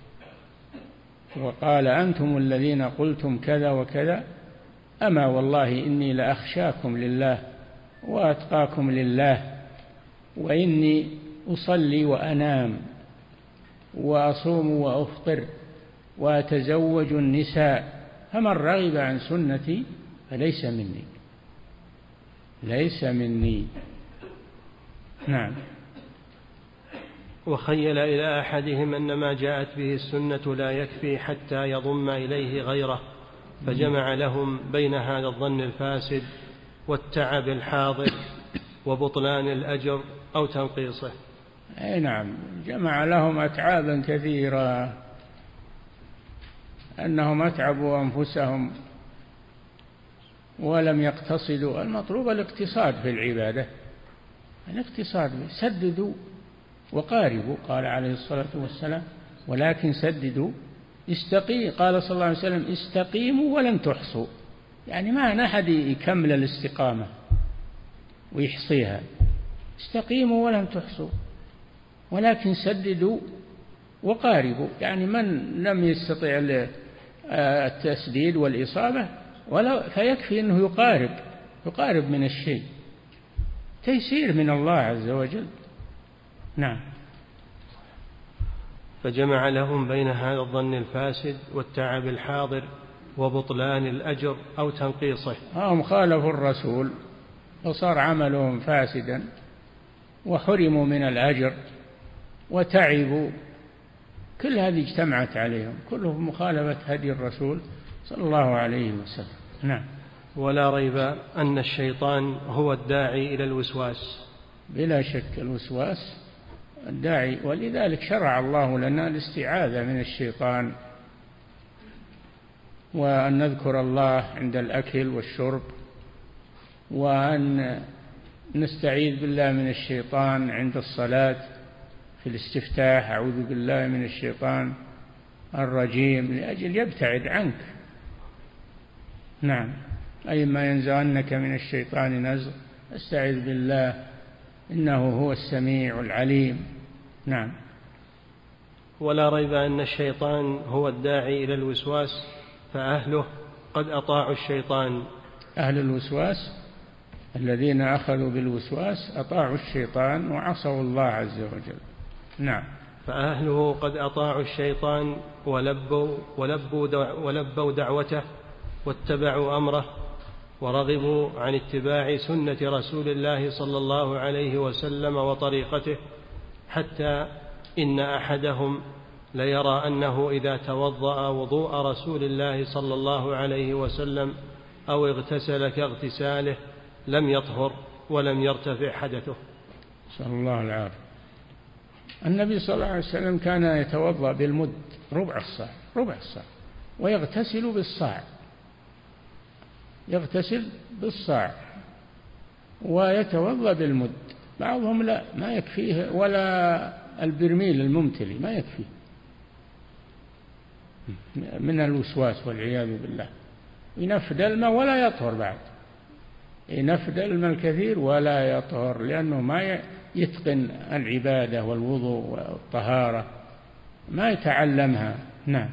وقال أنتم الذين قلتم كذا وكذا، أما والله إني لأخشاكم لله وأتقاكم لله، وإني أصلي وأنام وأصوم وأفطر وأتزوج النساء، فمن رغب عن سنتي فليس مني، ليس مني. نعم. وخيل إلى أحدهم أن ما جاءت به السنة لا يكفي حتى يضم إليه غيره، فجمع لهم بين هذا الظن الفاسد والتعب الحاضر وبطلان الأجر أو تنقيصه. أي نعم، جمع لهم أتعابا كثيرة، أنهم أتعبوا أنفسهم ولم يقتصدوا. المطلوب الاقتصاد في العبادة، الاقتصاد، سددوا وقاربوا، قال عليه الصلاة والسلام ولكن سددوا قال صلى الله عليه وسلم استقيموا ولن تحصوا، يعني ما أحد يكمل الاستقامة ويحصيها، استقيموا ولن تحصوا، ولكن سددوا وقاربوا، يعني من لم يستطع التسديد والإصابة فيكفي أنه يقارب من الشيء، تيسير من الله عز وجل. نعم. فجمع لهم بين هذا الظن الفاسد والتعب الحاضر وبطلان الأجر أو تنقيصه. هم خالفوا الرسول وصار عملهم فاسدا وحرموا من الأجر وتعبوا، كل هذه اجتمعت عليهم، كلهم مخالفة هدي الرسول صلى الله عليه وسلم. نعم. ولا ريب أن الشيطان هو الداعي إلى الوسواس، بلا شك الوسواس الداعي، ولذلك شرع الله لنا الاستعاذة من الشيطان، وأن نذكر الله عند الأكل والشرب، وأن نستعيذ بالله من الشيطان عند الصلاة في الاستفتاح، أعوذ بالله من الشيطان الرجيم، لأجل يبتعد عنك. نعم. أي ما ينزغنك من الشيطان نزغ استعذ بالله إنه هو السميع العليم. نعم. ولا ريب أن الشيطان هو الداعي إلى الوسواس، فأهله قد أطاعوا الشيطان. أهل الوسواس الذين أخذوا بالوسواس أطاعوا الشيطان وعصوا الله عز وجل. نعم. فأهله قد أطاعوا الشيطان ولبوا دعوته واتبعوا أمره ورغبوا عن اتباع سنة رسول الله صلى الله عليه وسلم وطريقته، حتى إن أحدهم ليرى أنه إذا توضأ وضوء رسول الله صلى الله عليه وسلم أو اغتسل كاغتساله لم يطهر ولم يرتفع حدثه. صلى الله العافية. النبي صلى الله عليه وسلم كان يتوضأ بالمد ربع الصاع ويغتسل بالصاع، يغتسل بالصاع ويتوضأ بالمد. بعضهم لا، ما يكفيه، ولا البرميل الممتلي ما يكفيه من الوسواس والعياذ بالله. ينفد الماء ولا يطهر، بعد ينفد الماء الكثير ولا يطهر، لأنه ما يتقن العبادة والوضوء والطهارة، ما يتعلمها. نعم.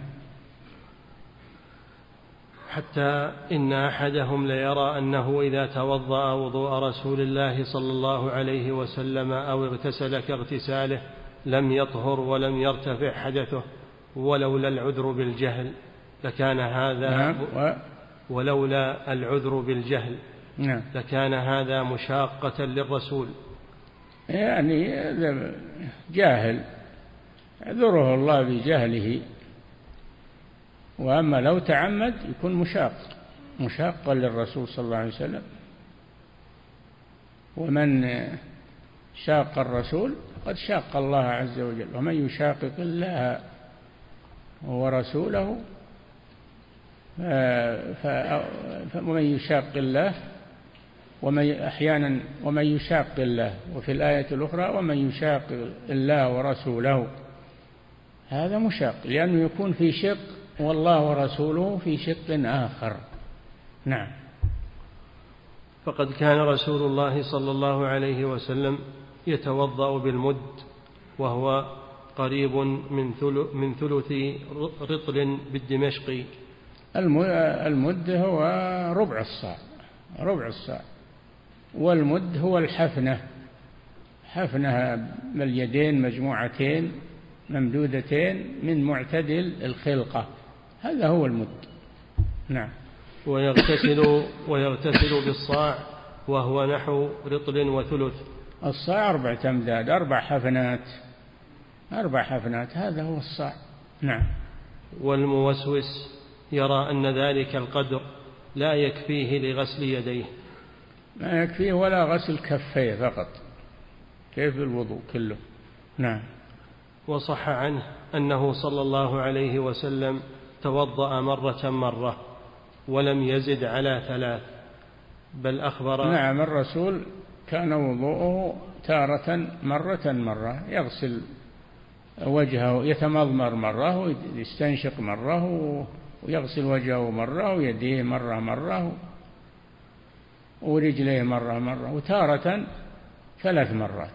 حتى إن أحدهم ليرى أنه إذا توضأ وضوء رسول الله صلى الله عليه وسلم أو اغتسل كاغتساله لم يطهر ولم يرتفع حدثه، ولولا العذر بالجهل لكان هذا. نعم. ولولا العذر بالجهل نعم. لكان هذا مشاقة للرسول. يعني جاهل عذره الله بجهله، وأما لو تعمد يكون مشاقا للرسول صلى الله عليه وسلم. ومن شاق الرسول قد شاق الله عز وجل، ومن يشاقق الله ورسوله ومن يشاق الله ومن يشاق الله، وفي الآية الأخرى ومن يشاق الله ورسوله، هذا مشاق لأنه يكون في شق والله ورسوله في شق آخر. نعم. فقد كان رسول الله صلى الله عليه وسلم يتوضأ بالمد، وهو قريب من ثلث رطل بالدمشقي. المد هو ربع الصاع، والمد هو الحفنة باليدين مجموعتين ممدودتين من معتدل الخلقة، هذا هو المد. نعم. ويغتسل بالصاع وهو نحو رطل وثلث. الصاع 4 أمداد، 4 حفنات، هذا هو الصاع. نعم. والموسوس يرى أن ذلك القدر لا يكفيه لغسل يديه، ما يكفيه ولا غسل كفيه فقط، كيف الوضوء كله. نعم. وصح عنه أنه صلى الله عليه وسلم توضأ مرة ولم يزد على 3، بل أخبر. نعم. الرسول كان وضوءه تارة مرة، يغسل وجهه، يتمضمر مرة ويستنشق مرة ويغسل وجهه مرة ويديه مرة ورجليه مرة، وتارة 3 مرات،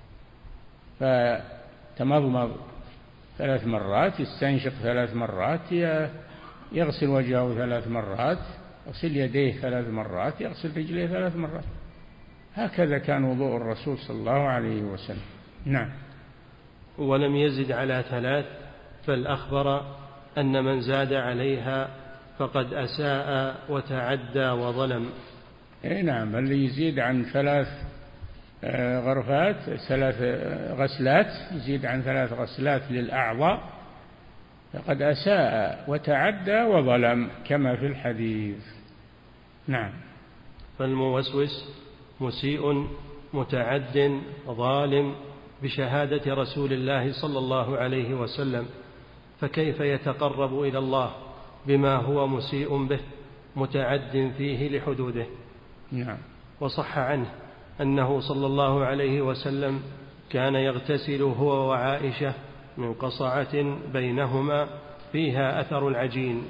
فتمضمض 3 مرات، يستنشق 3 مرات، يغسل وجهه 3 مرات، يغسل يديه 3 مرات، يغسل رجليه 3 مرات. هكذا كان وضوء الرسول صلى الله عليه وسلم. نعم. ولم يزد على 3، بل أخبر أن من زاد عليها فقد أساء وتعدى وظلم. نعم. اللي يزيد عن 3 غرفات، 3 غسلات، يزيد عن 3 غسلات للأعضاء فقد أساء وتعدى وظلم كما في الحديث. نعم. فالموسوس مسيء متعد ظالم بشهادة رسول الله صلى الله عليه وسلم، فكيف يتقرب إلى الله بما هو مسيء به متعد فيه لحدوده. نعم. وصح عنه أنه صلى الله عليه وسلم كان يغتسل هو وعائشة من قصعة بينهما فيها أثر العجين.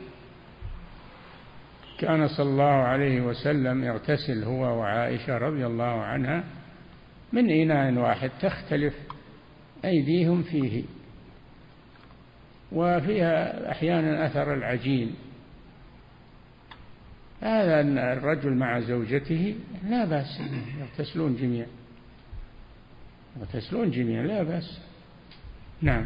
كان صلى الله عليه وسلم يغتسل هو وعائشة رضي الله عنها من إناء واحد تختلف أيديهم فيه، وفيها أحيانا أثر العجين. هذا الرجل مع زوجته لا بأس، يغتسلون جميعا لا بأس. نعم.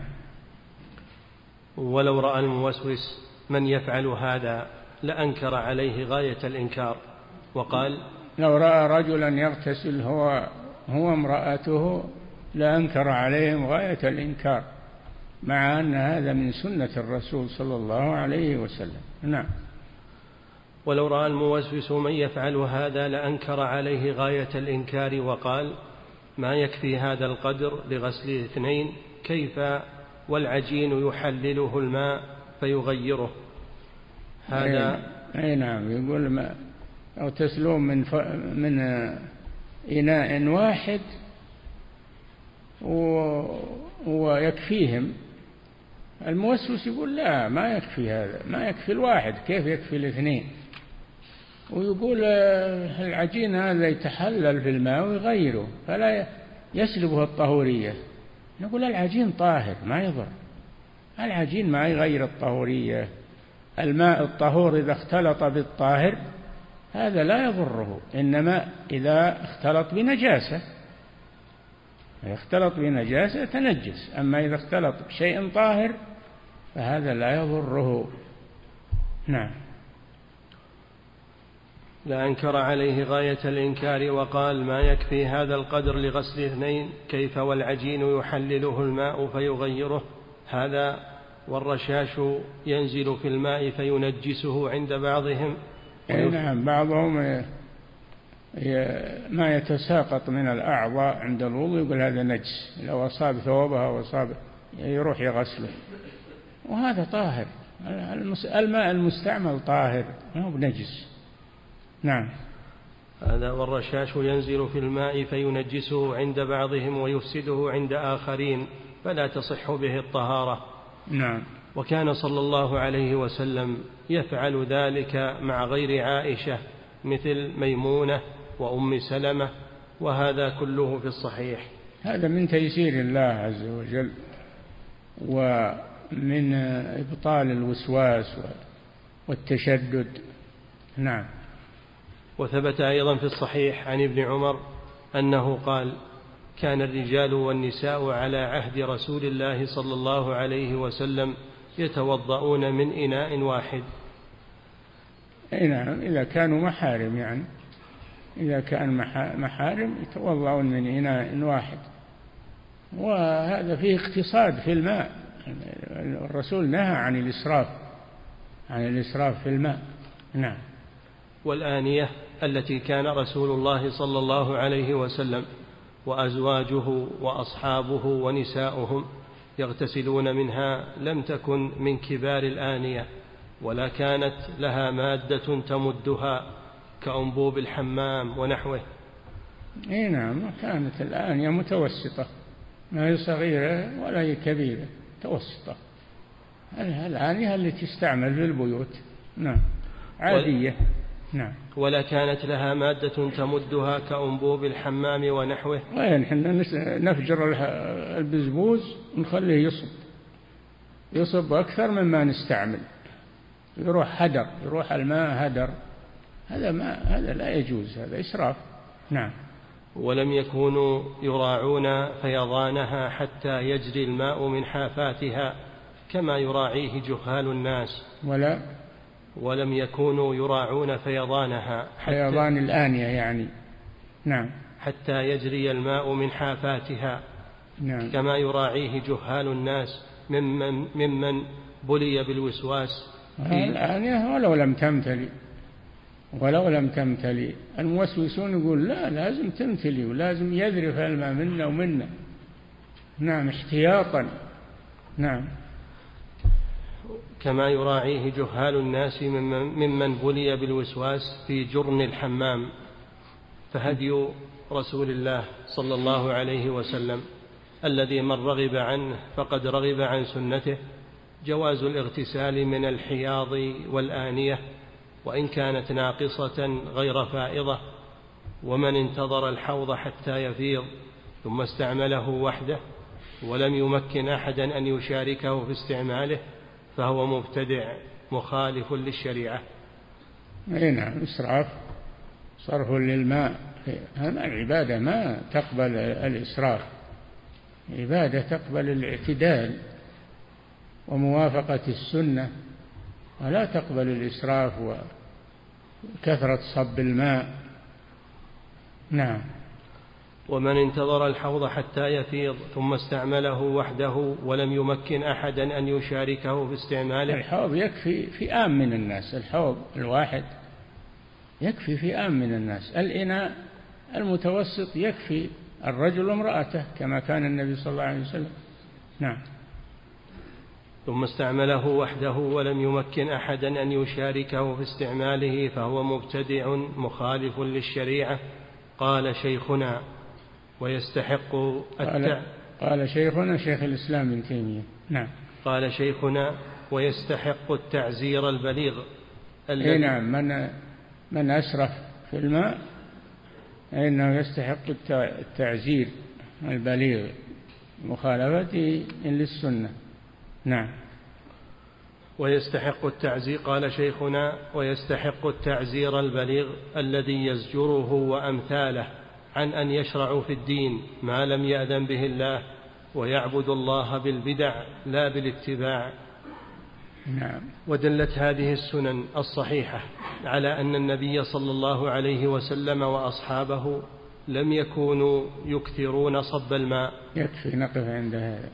ولو رأى الموسوس من يفعل هذا لأنكر عليه غاية الإنكار وقال: لو رأى رجلا يغتسل هو امرأته لأنكر عليهم غاية الإنكار، مع أن هذا من سنة الرسول صلى الله عليه وسلم. نعم. ولو رأى الموسوس من يفعل هذا لأنكر عليه غاية الإنكار وقال: ما يكفي هذا القدر لغسل 2، كيف والعجين يحلله الماء فيغيره. هذا أي نعم. يقول ما يغتسلون من إناء واحد ويكفيهم. الموسوس يقول لا، ما يكفي هذا، ما يكفي الواحد، كيف يكفي 2؟ ويقول العجين هذا يتحلل في الماء ويغيره فلا يسلبه الطهورية. نقول العجين طاهر ما يضر، العجين ما يغير الطهورية. الماء الطهور إذا اختلط بالطاهر هذا لا يضره، إنما إذا اختلط بنجاسة تنجس، أما إذا اختلط بشيء طاهر فهذا لا يضره. نعم. لأنكر عليه غاية الإنكار وقال: ما يكفي هذا القدر لغسل 2، كيف والعجين يحلله الماء فيغيره. هذا والرشاش ينزل في الماء فينجسه عند بعضهم. نعم. بعضهم ما يتساقط من الأعضاء عند الوضوء يقول هذا نجس، لو أصاب ثوبها وأصاب يروح يغسله، وهذا طاهر. الماء المستعمل طاهر ما هو بنجس. نعم. هذا والرشاش ينزل في الماء فينجسه عند بعضهم ويفسده عند آخرين فلا تصح به الطهارة. نعم. وكان صلى الله عليه وسلم يفعل ذلك مع غير عائشة مثل ميمونة وأم سلمة، وهذا كله في الصحيح. هذا من تيسير الله عز وجل ومن إبطال الوسواس والتشدد. نعم. وثبت أيضا في الصحيح عن ابن عمر أنه قال: كان الرجال والنساء على عهد رسول الله صلى الله عليه وسلم يتوضؤون من إناء واحد. نعم. إذا كانوا محارم، يعني إذا كان محارم يتوضؤون من إناء واحد، وهذا فيه اقتصاد في الماء. الرسول نهى عن الإسراف في الماء. نعم. والآنية التي كان رسول الله صلى الله عليه وسلم وأزواجه وأصحابه ونساؤهم يغتسلون منها لم تكن من كبار الآنية، ولا كانت لها مادة تمدها كأنبوب الحمام ونحوه. نعم. كانت الآنية متوسطة، ما هي صغيرة ولا هي كبيرة، متوسطة. الآنية التي تستعمل في البيوت. نعم. عادية. نعم. ولا كانت لها مادة تمدها كأنبوب الحمام ونحوه. نحن نفجر البزبوز ونخليه يصب أكثر مما نستعمل، يروح الماء هدر. هذا لا يجوز، هذا إسراف. نعم. ولم يكونوا يراعون فيضانها حتى يجري الماء من حافاتها كما يراعيه جهال الناس. ولم يكونوا يراعون فيضانها فيضان الآنية يعني. نعم. حتى يجري الماء من حافاتها. نعم. كما يراعيه جهال الناس ممن بلي بالوسواس. الآنية ولو لم تمتلي الموسوسون يقول لا، لازم تمتلي ولازم يذرف الماء منا ومنا. نعم. احتياطا. نعم. كما يراعيه جهال الناس ممن بلي بالوسواس في جرن الحمام. فهدي رسول الله صلى الله عليه وسلم الذي من رغب عنه فقد رغب عن سنته جواز الاغتسال من الحياض والآنية وإن كانت ناقصة غير فائضة، ومن انتظر الحوض حتى يفيض ثم استعمله وحده ولم يمكن أحدا أن يشاركه في استعماله فهو مبتدع مخالف للشريعة. نعم، إسراف صرف للماء، العبادة ما تقبل الإسراف، العبادة تقبل الاعتدال وموافقة السنة، ولا تقبل الإسراف وكثرة صب الماء. نعم. ومن انتظر الحوض حتى يفيض ثم استعمله وحده ولم يمكن أحدا أن يشاركه في استعماله. الحوض يكفي فئام من الناس، الحوض الواحد يكفي فئام من الناس، الإناء المتوسط يكفي الرجل وامرأته كما كان النبي صلى الله عليه وسلم. نعم. ثم استعمله وحده ولم يمكن أحدا أن يشاركه في استعماله فهو مبتدع مخالف للشريعة. قال شيخنا ويستحق قال شيخنا شيخ الإسلام ابن تيمية. نعم. قال شيخنا ويستحق التعزير البليغ. نعم، من أسرف في الماء فإنه يستحق التعزير البليغ مخالفته للسنة. نعم. ويستحق التعزير. قال شيخنا ويستحق التعزير البليغ الذي يزجره وأمثاله عن أن يشرعوا في الدين ما لم يأذن به الله ويعبد الله بالبدع لا بالاتباع. نعم. ودلت هذه السنن الصحيحة على أن النبي صلى الله عليه وسلم وأصحابه لم يكونوا يكثرون صب الماء. يكفي نقف عند هذا.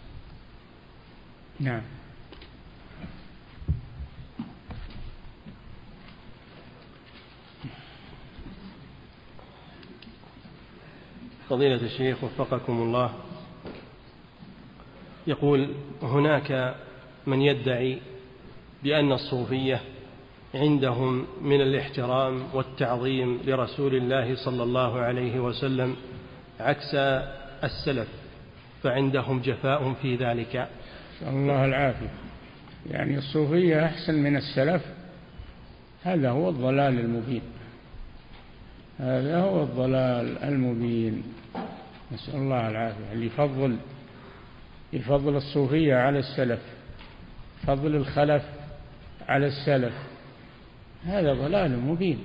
نعم. فضيلة الشيخ وفقكم الله، يقول هناك من يدعي بأن الصوفية عندهم من الاحترام والتعظيم لرسول الله صلى الله عليه وسلم عكس السلف، فعندهم جفاء في ذلك. نسأل الله العافية. يعني الصوفية أحسن من السلف، هذا هو الضلال المبين، هذا هو الضلال المبين. نسأل الله العافية. اللي يفضل الصوفية على السلف، فضل الخلف على السلف، هذا ضلال مبين.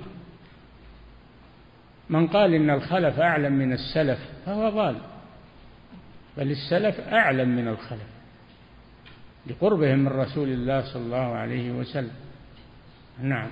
من قال إن الخلف أعلم من السلف فهو ضال، بل السلف أعلم من الخلف لقربهم من رسول الله صلى الله عليه وسلم. نعم.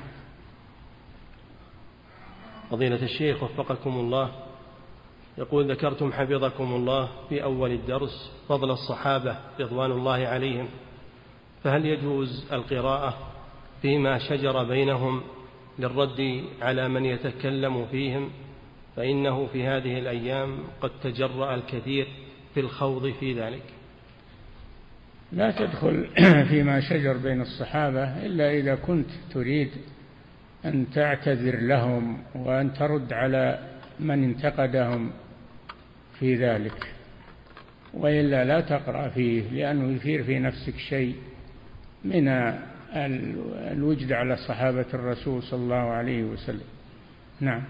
فضيلة الشيخ وفقكم الله، يقول ذكرتم حفظكم الله في أول الدرس فضل الصحابة رضوان الله عليهم، فهل يجوز القراءة فيما شجر بينهم للرد على من يتكلم فيهم؟ فإنه في هذه الأيام قد تجرأ الكثير في الخوض في ذلك. لا تدخل فيما شجر بين الصحابة إلا إذا كنت تريد أن تعتذر لهم وأن ترد على من انتقدهم في ذلك، وإلا لا تقرأ فيه، لأنه يثير في نفسك شيء من الوجد على صحابة الرسول صلى الله عليه وسلم. نعم.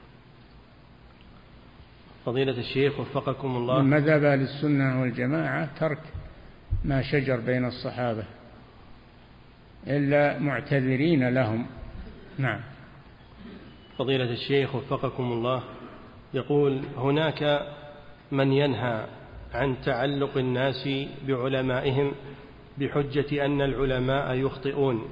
فضيلة الشيخ وفقكم الله، من مذهب أهل السنة والجماعة ترك ما شجر بين الصحابة إلا معتذرين لهم. نعم. فضيلة الشيخ وفقكم الله، يقول هناك من ينهى عن تعلق الناس بعلمائهم بحجة أن العلماء يخطئون.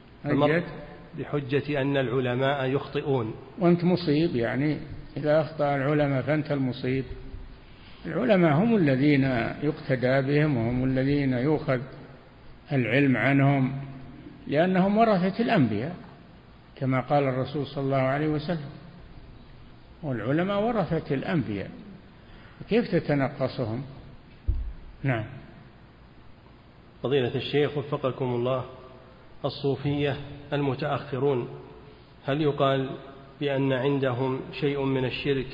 بحجة أن العلماء يخطئون. وأنت مصيب، يعني إذا أخطأ العلماء فأنت المصيب. العلماء هم الذين يقتدى بهم، وهم الذين يؤخذ العلم عنهم، لأنهم ورثة الأنبياء كما قال الرسول صلى الله عليه وسلم، والعلماء ورثة الأنبياء، كيف تتنقصهم؟ نعم. فضيلة الشيخ وفقكم الله، الصوفية المتأخرون هل يقال بأن عندهم شيء من الشرك؟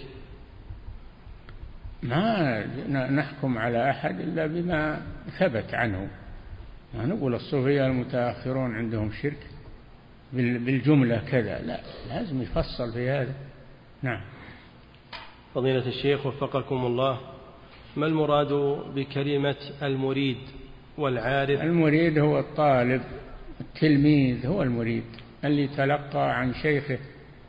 ما نحكم على أحد إلا بما ثبت عنه، ما نقول الصوفية المتأخرون عندهم شرك بالجملة كذا، لا، لازم يفصل في هذا. نعم. فضيلة الشيخ وفقكم الله، ما المراد بكلمة المريد والعارف؟ المريد هو الطالب، التلميذ هو المريد اللي تلقى عن شيخه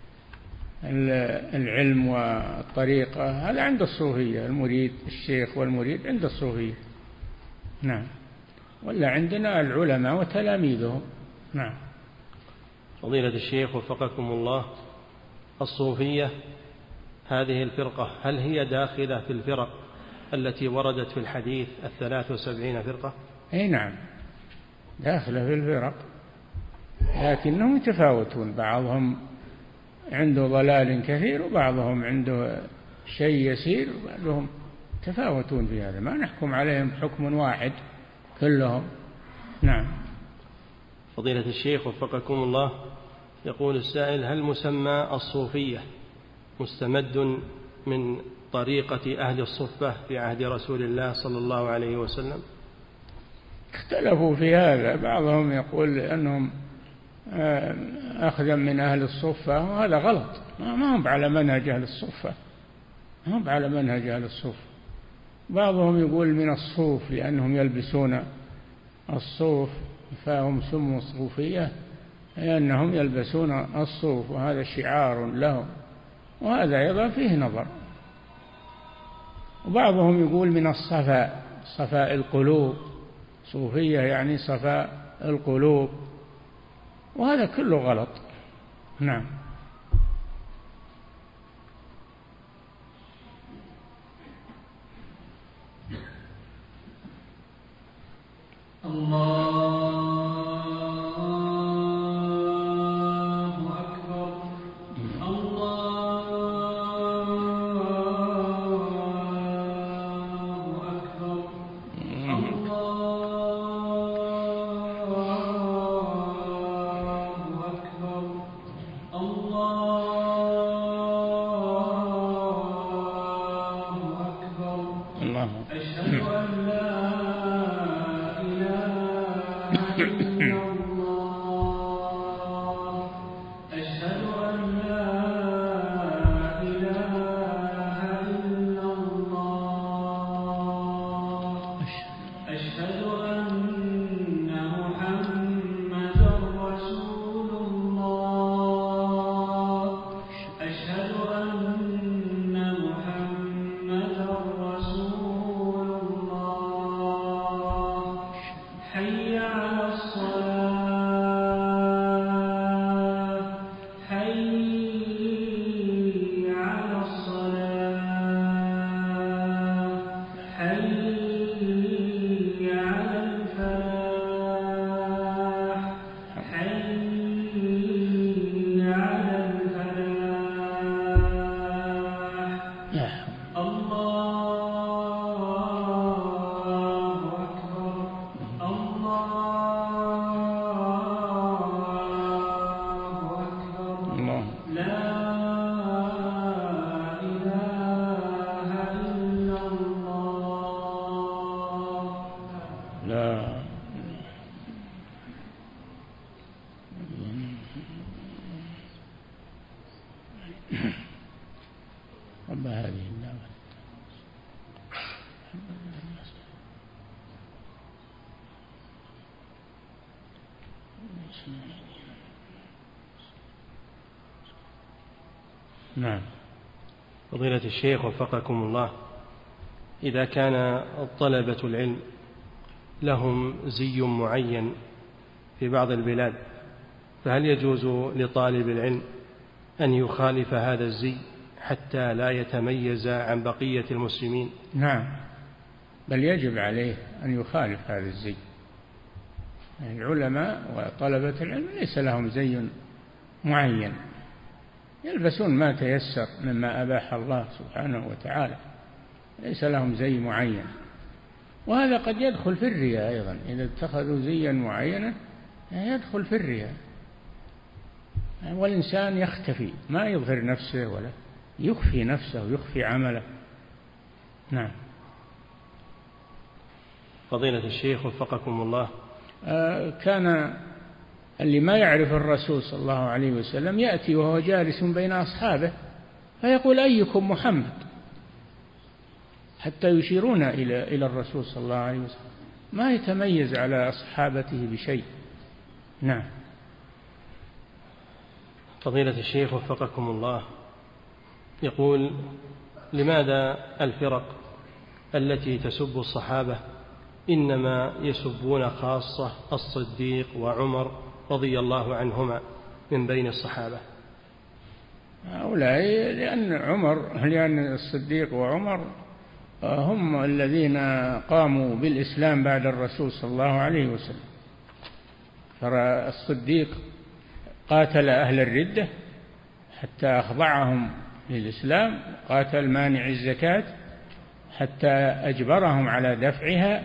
العلم والطريقة، هذا عند الصوفية. المريد الشيخ والمريد عند الصوفية. نعم. ولا عندنا العلماء وتلاميذهم. نعم. فضيلة الشيخ وفقكم الله، الصوفية هذه الفرقة هل هي داخلة في الفرق التي وردت في الحديث 73 فرقة؟ أي نعم، داخلة في الفرق، لكنهم يتفاوتون، بعضهم عنده ضلال كثير وبعضهم عنده شيء يسير وبعضهم تفاوتون في هذا، ما نحكم عليهم حكم واحد كلهم. نعم. فضيلة الشيخ وفقكم الله، يقول السائل: هل مسمى الصوفية مستمد من طريقة أهل الصفة في عهد رسول الله صلى الله عليه وسلم؟ اختلفوا في هذا، بعضهم يقول أنهم أخذا من أهل الصفة، وهذا غلط، ما هم على منهج أهل الصفة، ما هم على منهج أهل الصفة. بعضهم يقول من الصوف لأنهم يلبسون الصوف فهم سموا صوفية لأنهم يلبسون الصوف، وهذا شعار لهم، وهذا أيضا فيه نظر. وبعضهم يقول من الصفاء، صفاء القلوب، صوفية يعني صفاء القلوب، وهذا كله غلط. نعم. رب هذه الدعوة. نعم. فضيلة الشيخ وفقكم الله، إذا كان طلبة العلم لهم زي معين في بعض البلاد، فهل يجوز لطالب العلم أن يخالف هذا الزي حتى لا يتميز عن بقية المسلمين؟ نعم، بل يجب عليه أن يخالف هذا الزي. العلماء وطلبة العلم ليس لهم زي معين، يلبسون ما تيسر مما أباح الله سبحانه وتعالى، ليس لهم زي معين. وهذا قد يدخل في الرياء أيضا، إذا اتخذوا زيا معينا يدخل في الرياء. والإنسان يختفي، ما يظهر نفسه ولا يخفي نفسه ويخفي عمله. نعم. فضيلة الشيخ وفقكم الله، كان اللي ما يعرف الرسول صلى الله عليه وسلم يأتي وهو جالس بين أصحابه فيقول أيكم محمد، حتى يشيرون إلى الرسول صلى الله عليه وسلم، ما يتميز على صحابته بشيء. نعم. فضيلة الشيخ وفقكم الله، يقول: لماذا الفرق التي تسب الصحابة إنما يسبون خاصة الصديق وعمر رضي الله عنهما من بين الصحابة؟ هؤلاء لأن الصديق وعمر هم الذين قاموا بالإسلام بعد الرسول صلى الله عليه وسلم. فالصديق قاتل أهل الردة حتى أخضعهم للإسلام، قاتل مانع الزكاة حتى أجبرهم على دفعها،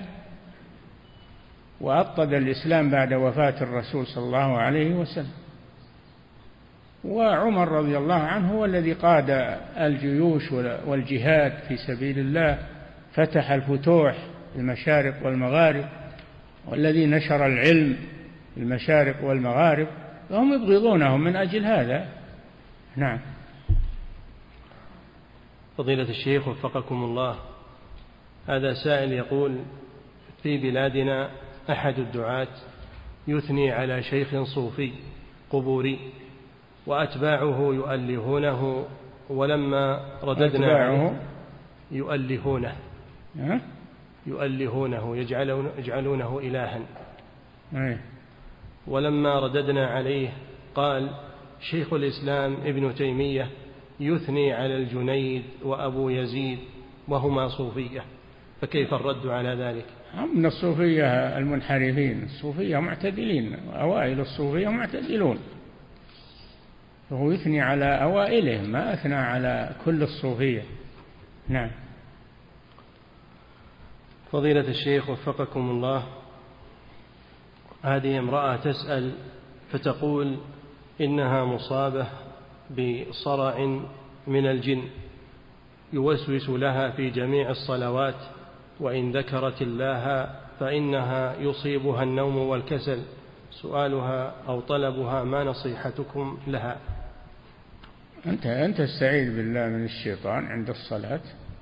وأبطل الإسلام بعد وفاة الرسول صلى الله عليه وسلم. وعمر رضي الله عنه هو الذي قاد الجيوش والجهاد في سبيل الله، فتح الفتوح في المشارق والمغارب، والذي نشر العلم في المشارق والمغارب، فهم يبغضونهم من أجل هذا. نعم. فضيلة الشيخ وفقكم الله، هذا سائل يقول: في بلادنا أحد الدعاة يثني على شيخ صوفي قبوري وأتباعه يؤلهونه، ولما رددنا عليه يؤلهونه يجعلونه إلها، ولما رددنا عليه قال: شيخ الإسلام ابن تيمية يثني على الجنيد وأبو يزيد وهما صوفية، فكيف الرد على ذلك؟ من الصوفية المنحرفين، الصوفية معتدلين، أوائل الصوفية معتدلون، فهو يثني على أوائلهم، ما أثنى على كل الصوفية. نعم. فضيلة الشيخ وفقكم الله، هذه امرأة تسأل فتقول إنها مصابة بصرع من الجن يوسوس لها في جميع الصلوات، وإن ذكرت الله فإنها يصيبها النوم والكسل. سؤالها أو طلبها: ما نصيحتكم لها؟ أنت تستعيذ بالله من الشيطان عند الصلاة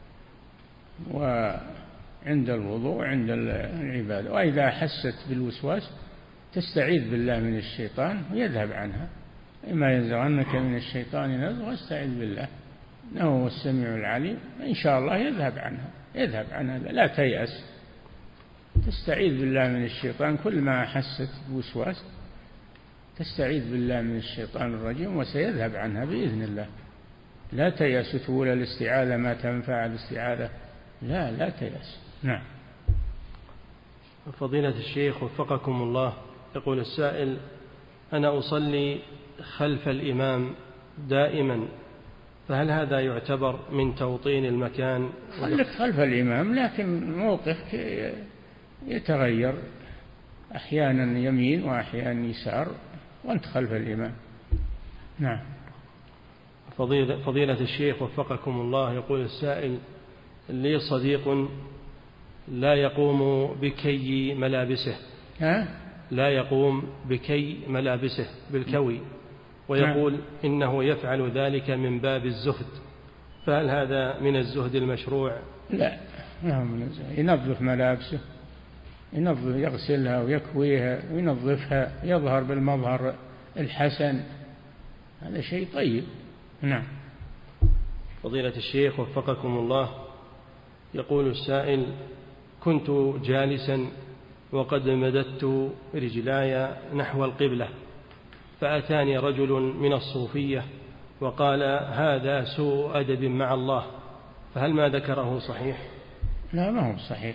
وعند الوضوء وعند العبادة، وإذا حست بالوسواس تستعيذ بالله من الشيطان ويذهب عنها. إما ينزغنك من الشيطان نزغ واستعذ بالله إنه هو السميع العليم، إن شاء الله يذهب عنها. لا تيأس، تستعيذ بالله من الشيطان، كل ما حست بوسواس تستعيذ بالله من الشيطان الرجيم وسيذهب عنها بإذن الله. لا تيأس، تقول الاستعاذة ما تنفع الاستعاذة، لا تيأس. نعم. فضيلة الشيخ وفقكم الله، يقول السائل: أنا أصلي خلف الإمام دائما، فهل هذا يعتبر من توطين المكان؟ خلك خلف الإمام، لكن موقفك يتغير، أحيانا يمين وأحيانا يسار، وأنت خلف الإمام. نعم. فضيلة الشيخ وفقكم الله، يقول السائل: لي صديق لا يقوم بكي ملابسه، لا يقوم بكي ملابسه بالكوي، ويقول إنه يفعل ذلك من باب الزهد، فهل هذا من الزهد المشروع؟ لا، من الزهد. ينظف ملابسه، يغسلها ويكويها وينظفها، يظهر بالمظهر الحسن، هذا شيء طيب. نعم. فضيلة الشيخ وفقكم الله، يقول السائل: كنت جالسا وقد مددت رجلاي نحو القبلة، فأتاني رجل من الصوفية وقال: هذا سوء أدب مع الله، فهل ما ذكره صحيح؟ لا، ما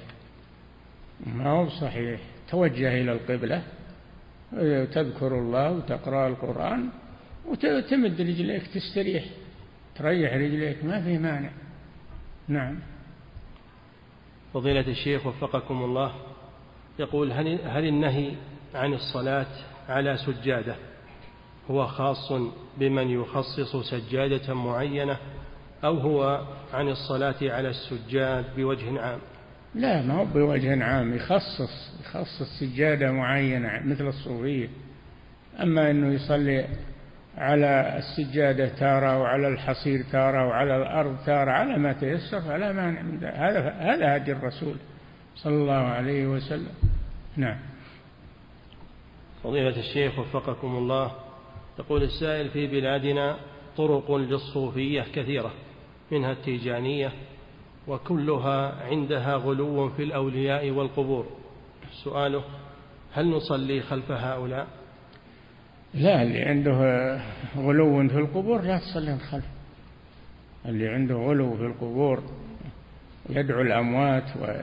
هو صحيح. توجه إلى القبلة وتذكر الله وتقرأ القرآن وتمد رجليك، تستريح، تريح رجليك، ما في مانع. نعم. فضيلة الشيخ وفقكم الله، يقول: هل النهي عن الصلاة على سجادة هو خاص بمن يخصص سجادة معينة، أو هو عن الصلاة على السجاد بوجه عام؟ لا، ما هو بوجه عام، يخصص سجادة معينة مثل الصوفية. أما أنه يصلي على السجادة تارة وعلى الحصير تارة وعلى الأرض تارة على ما تيسر، فلا مانع من ذلك. هذا هدي الرسول صلى الله عليه وسلم. نعم. فضيلة الشيخ وفقكم الله، يقول السائل: في بلادنا طرق للصوفية كثيرة منها التيجانية، وكلها عندها غلو في الأولياء والقبور. سؤاله: هل نصلي خلف هؤلاء؟ لا، اللي عنده غلو في القبور لا تصلي خلفه. اللي عنده غلو في القبور يدعو الأموات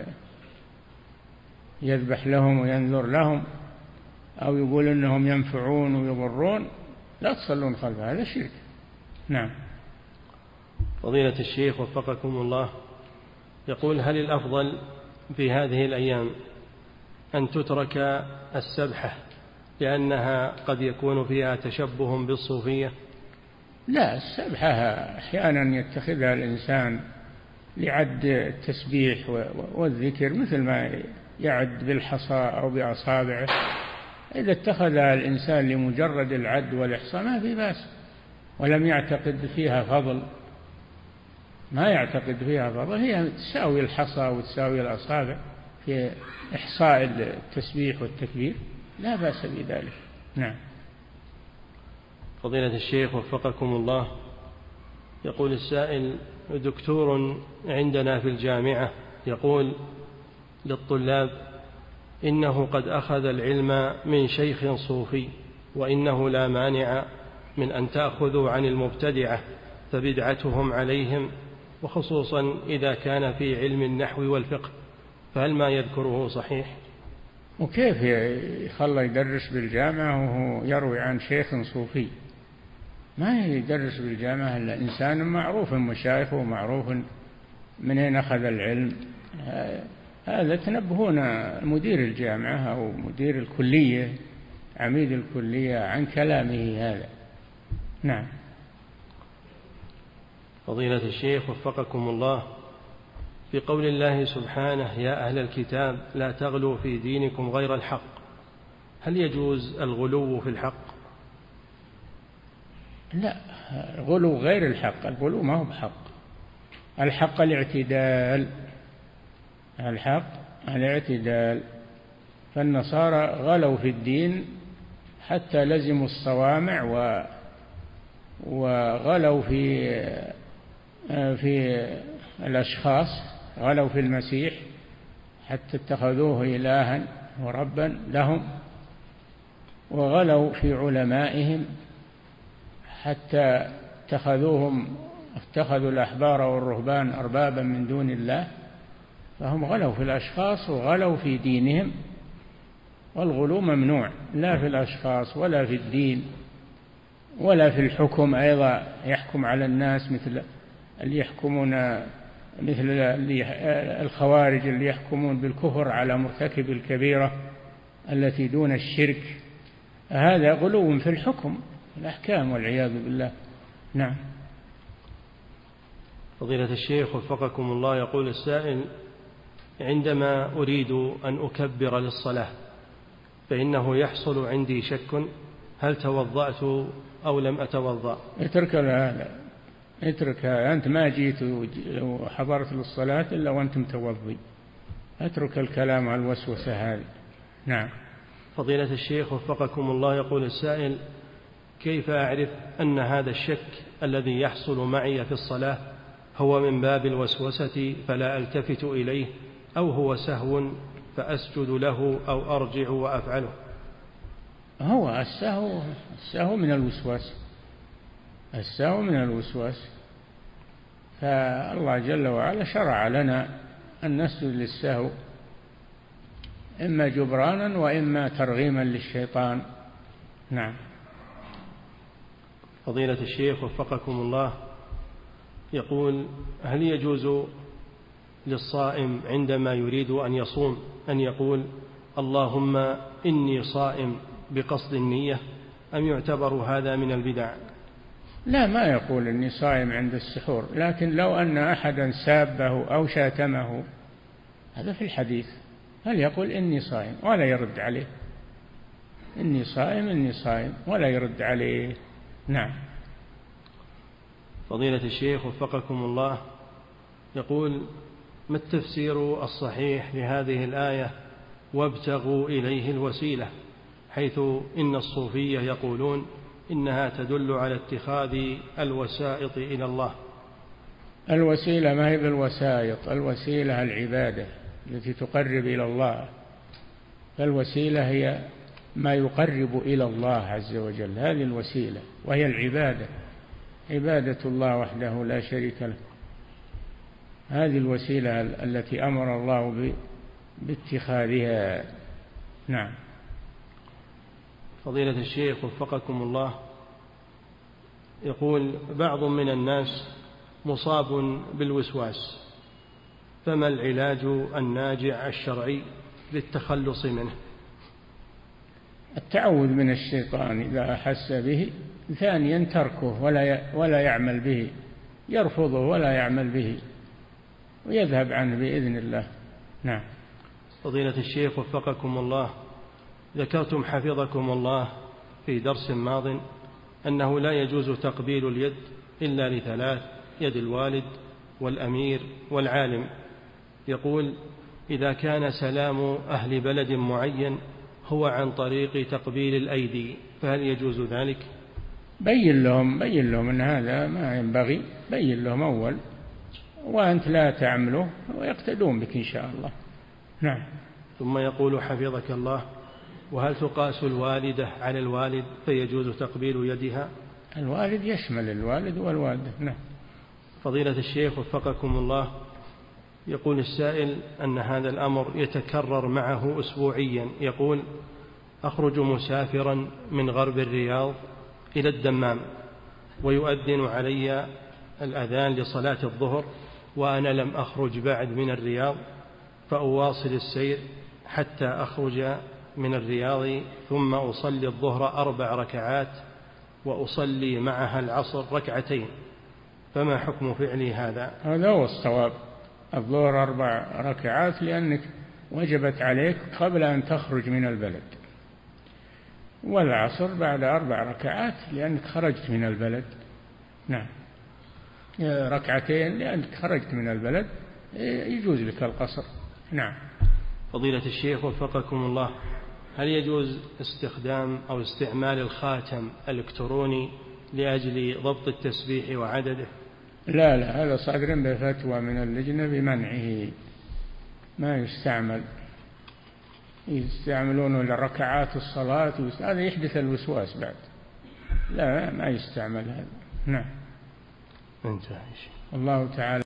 ويذبح لهم وينذر لهم أو يقول إنهم ينفعون ويضرون، لا تصلون خلفه، هذا شرك. نعم. فضيلة الشيخ وفقكم الله، يقول: هل الأفضل في هذه الأيام أن تترك السبحة لأنها قد يكون فيها تشبه بالصوفية؟ لا، السبحة أحيانا يتخذها الإنسان لعد التسبيح والذكر، مثل ما يعد بالحصى أو بأصابعه. إذا اتخذها الإنسان لمجرد العد والإحصاء ما في بأس، ولم يعتقد فيها فضل، ما يعتقد فيها فضل، هي تساوي الحصى وتساوي الأصابع في إحصاء التسبيح والتكبير، لا بأس بذلك. نعم. فضيلة الشيخ وفقكم الله، يقول السائل: دكتور عندنا في الجامعة يقول للطلاب إنه قد أخذ العلم من شيخ صوفي، وإنه لا مانع من أن تأخذوا عن المبتدعة فبدعتهم عليهم، وخصوصا إذا كان في علم النحو والفقه، فهل ما يذكره صحيح؟ وكيف يخلى يدرس بالجامعة وهو يروي عن شيخ صوفي؟ ما يدرس بالجامعة إلا إنسان معروف مشايخه ومعروف من أين أخذ العلم. هذا تنبهون مدير الجامعة أو مدير الكلية، عميد الكلية، عن كلامه هذا. نعم. فضيلة الشيخ وفقكم الله، في قول الله سبحانه: يا أهل الكتاب لا تغلوا في دينكم غير الحق، هل يجوز الغلو في الحق؟ لا، غلو غير الحق، الغلو ما هو بحق. الحق الاعتدال، الحق الاعتدال. فالنصارى غلوا في الدين حتى لزموا الصوامع وغلوا في الأشخاص، غلوا في المسيح حتى اتخذوه إلها وربا لهم، وغلوا في علمائهم حتى اتخذوا الأحبار والرهبان أربابا من دون الله. فهم غلوا في الأشخاص وغلوا في دينهم، والغلو ممنوع، لا في الأشخاص ولا في الدين ولا في الحكم أيضا. يحكم على الناس مثل اللي يحكمون، مثل الخوارج اللي يحكمون بالكفر على مرتكب الكبيرة التي دون الشرك، هذا غلو في الحكم، الأحكام، والعياذ بالله. نعم. فضيلة الشيخ وفقكم الله، يقول السائل: عندما أريد أن أكبر للصلاة فإنه يحصل عندي شك هل توضأت أو لم أتوضأ. اترك هذا، اتركها. أنت ما جيت وحضرت للصلاة إلا وأنت متوضي، اترك الكلام على الوسوسة هذه. نعم. فضيلة الشيخ وفقكم الله، يقول السائل: كيف أعرف أن هذا الشك الذي يحصل معي في الصلاة هو من باب الوسوسة فلا ألتفت إليه، أو هو سهو فأسجد له أو أرجع وأفعله؟ هو السهو من الوسواس، السهو من الوسواس. فالله جل وعلا شرع لنا أن نسجد للسهو، إما جبرانا وإما ترغيما للشيطان. نعم. فضيلة الشيخ وفقكم الله، يقول: هل يجوز للصائم عندما يريد أن يصوم أن يقول اللهم إني صائم بقصد النية، أم يعتبر هذا من البدع؟ لا، ما يقول إني صائم عند السحور، لكن لو أن أحدا سابه أو شاتمه، هذا في الحديث، هل يقول إني صائم ولا يرد عليه؟ إني صائم إني صائم ولا يرد عليه. نعم. فضيلة الشيخ وفقكم الله، يقول: ما التفسير الصحيح لهذه الآية وابتغوا إليه الوسيلة، حيث إن الصوفية يقولون إنها تدل على اتخاذ الوسائط إلى الله؟ الوسيلة ما هي بالوسائط، الوسيلة العبادة التي تقرب إلى الله، فالوسيلة هي ما يقرب إلى الله عز وجل، هذه الوسيلة، وهي العبادة، عبادة الله وحده لا شريك له، هذه الوسيلة التي أمر الله باتخاذها. نعم. فضيلة الشيخ وفقكم الله، يقول: بعض من الناس مصاب بالوسواس، فما العلاج الناجع الشرعي للتخلص منه؟ التعوذ من الشيطان إذا أحس به، ثانيا تركه ولا يعمل به، يرفضه ولا يعمل به ويذهب عنه بإذن الله. نعم. فضيلة الشيخ وفقكم الله، ذكرتم حفظكم الله في درس ماض أنه لا يجوز تقبيل اليد إلا لثلاث: يد الوالد والأمير والعالم. يقول: إذا كان سلام أهل بلد معين هو عن طريق تقبيل الأيدي فهل يجوز ذلك؟ بين لهم أن هذا ما ينبغي، بين لهم أول، وأنت لا تعمله ويقتدون بك إن شاء الله. نعم. ثم يقول حفظك الله: وهل تقاس الوالدة على الوالد فيجوز تقبيل يدها؟ الوالد يشمل الوالد والوالدة. نعم. فضيلة الشيخ وفقكم الله، يقول السائل أن هذا الأمر يتكرر معه أسبوعيا. يقول: أخرج مسافرا من غرب الرياض إلى الدمام، ويؤذن علي الأذان لصلاة الظهر وأنا لم أخرج بعد من الرياض، فأواصل السير حتى أخرج من الرياض، ثم أصلي الظهر 4 ركعات وأصلي معها العصر 2 ركعتين، فما حكم فعلي هذا؟ هذا هو الصواب، الظهر 4 ركعات لأنك وجبت عليك قبل أن تخرج من البلد، والعصر بعد 4 ركعات لأنك خرجت من البلد. نعم. 2 ركعتين لأنك خرجت من البلد، يجوز لك القصر. نعم. فضيلة الشيخ وفقكم الله، هل يجوز استخدام أو استعمال الخاتم الإلكتروني لأجل ضبط التسبيح وعدده؟ لا، هذا صادر بفتوى من اللجنة بمنعه، ما يستعمل، يستعملونه لركعات الصلاة، هذا يحدث الوسواس بعد، لا ما يستعمل هذا. نعم. انتهى. الله تعالى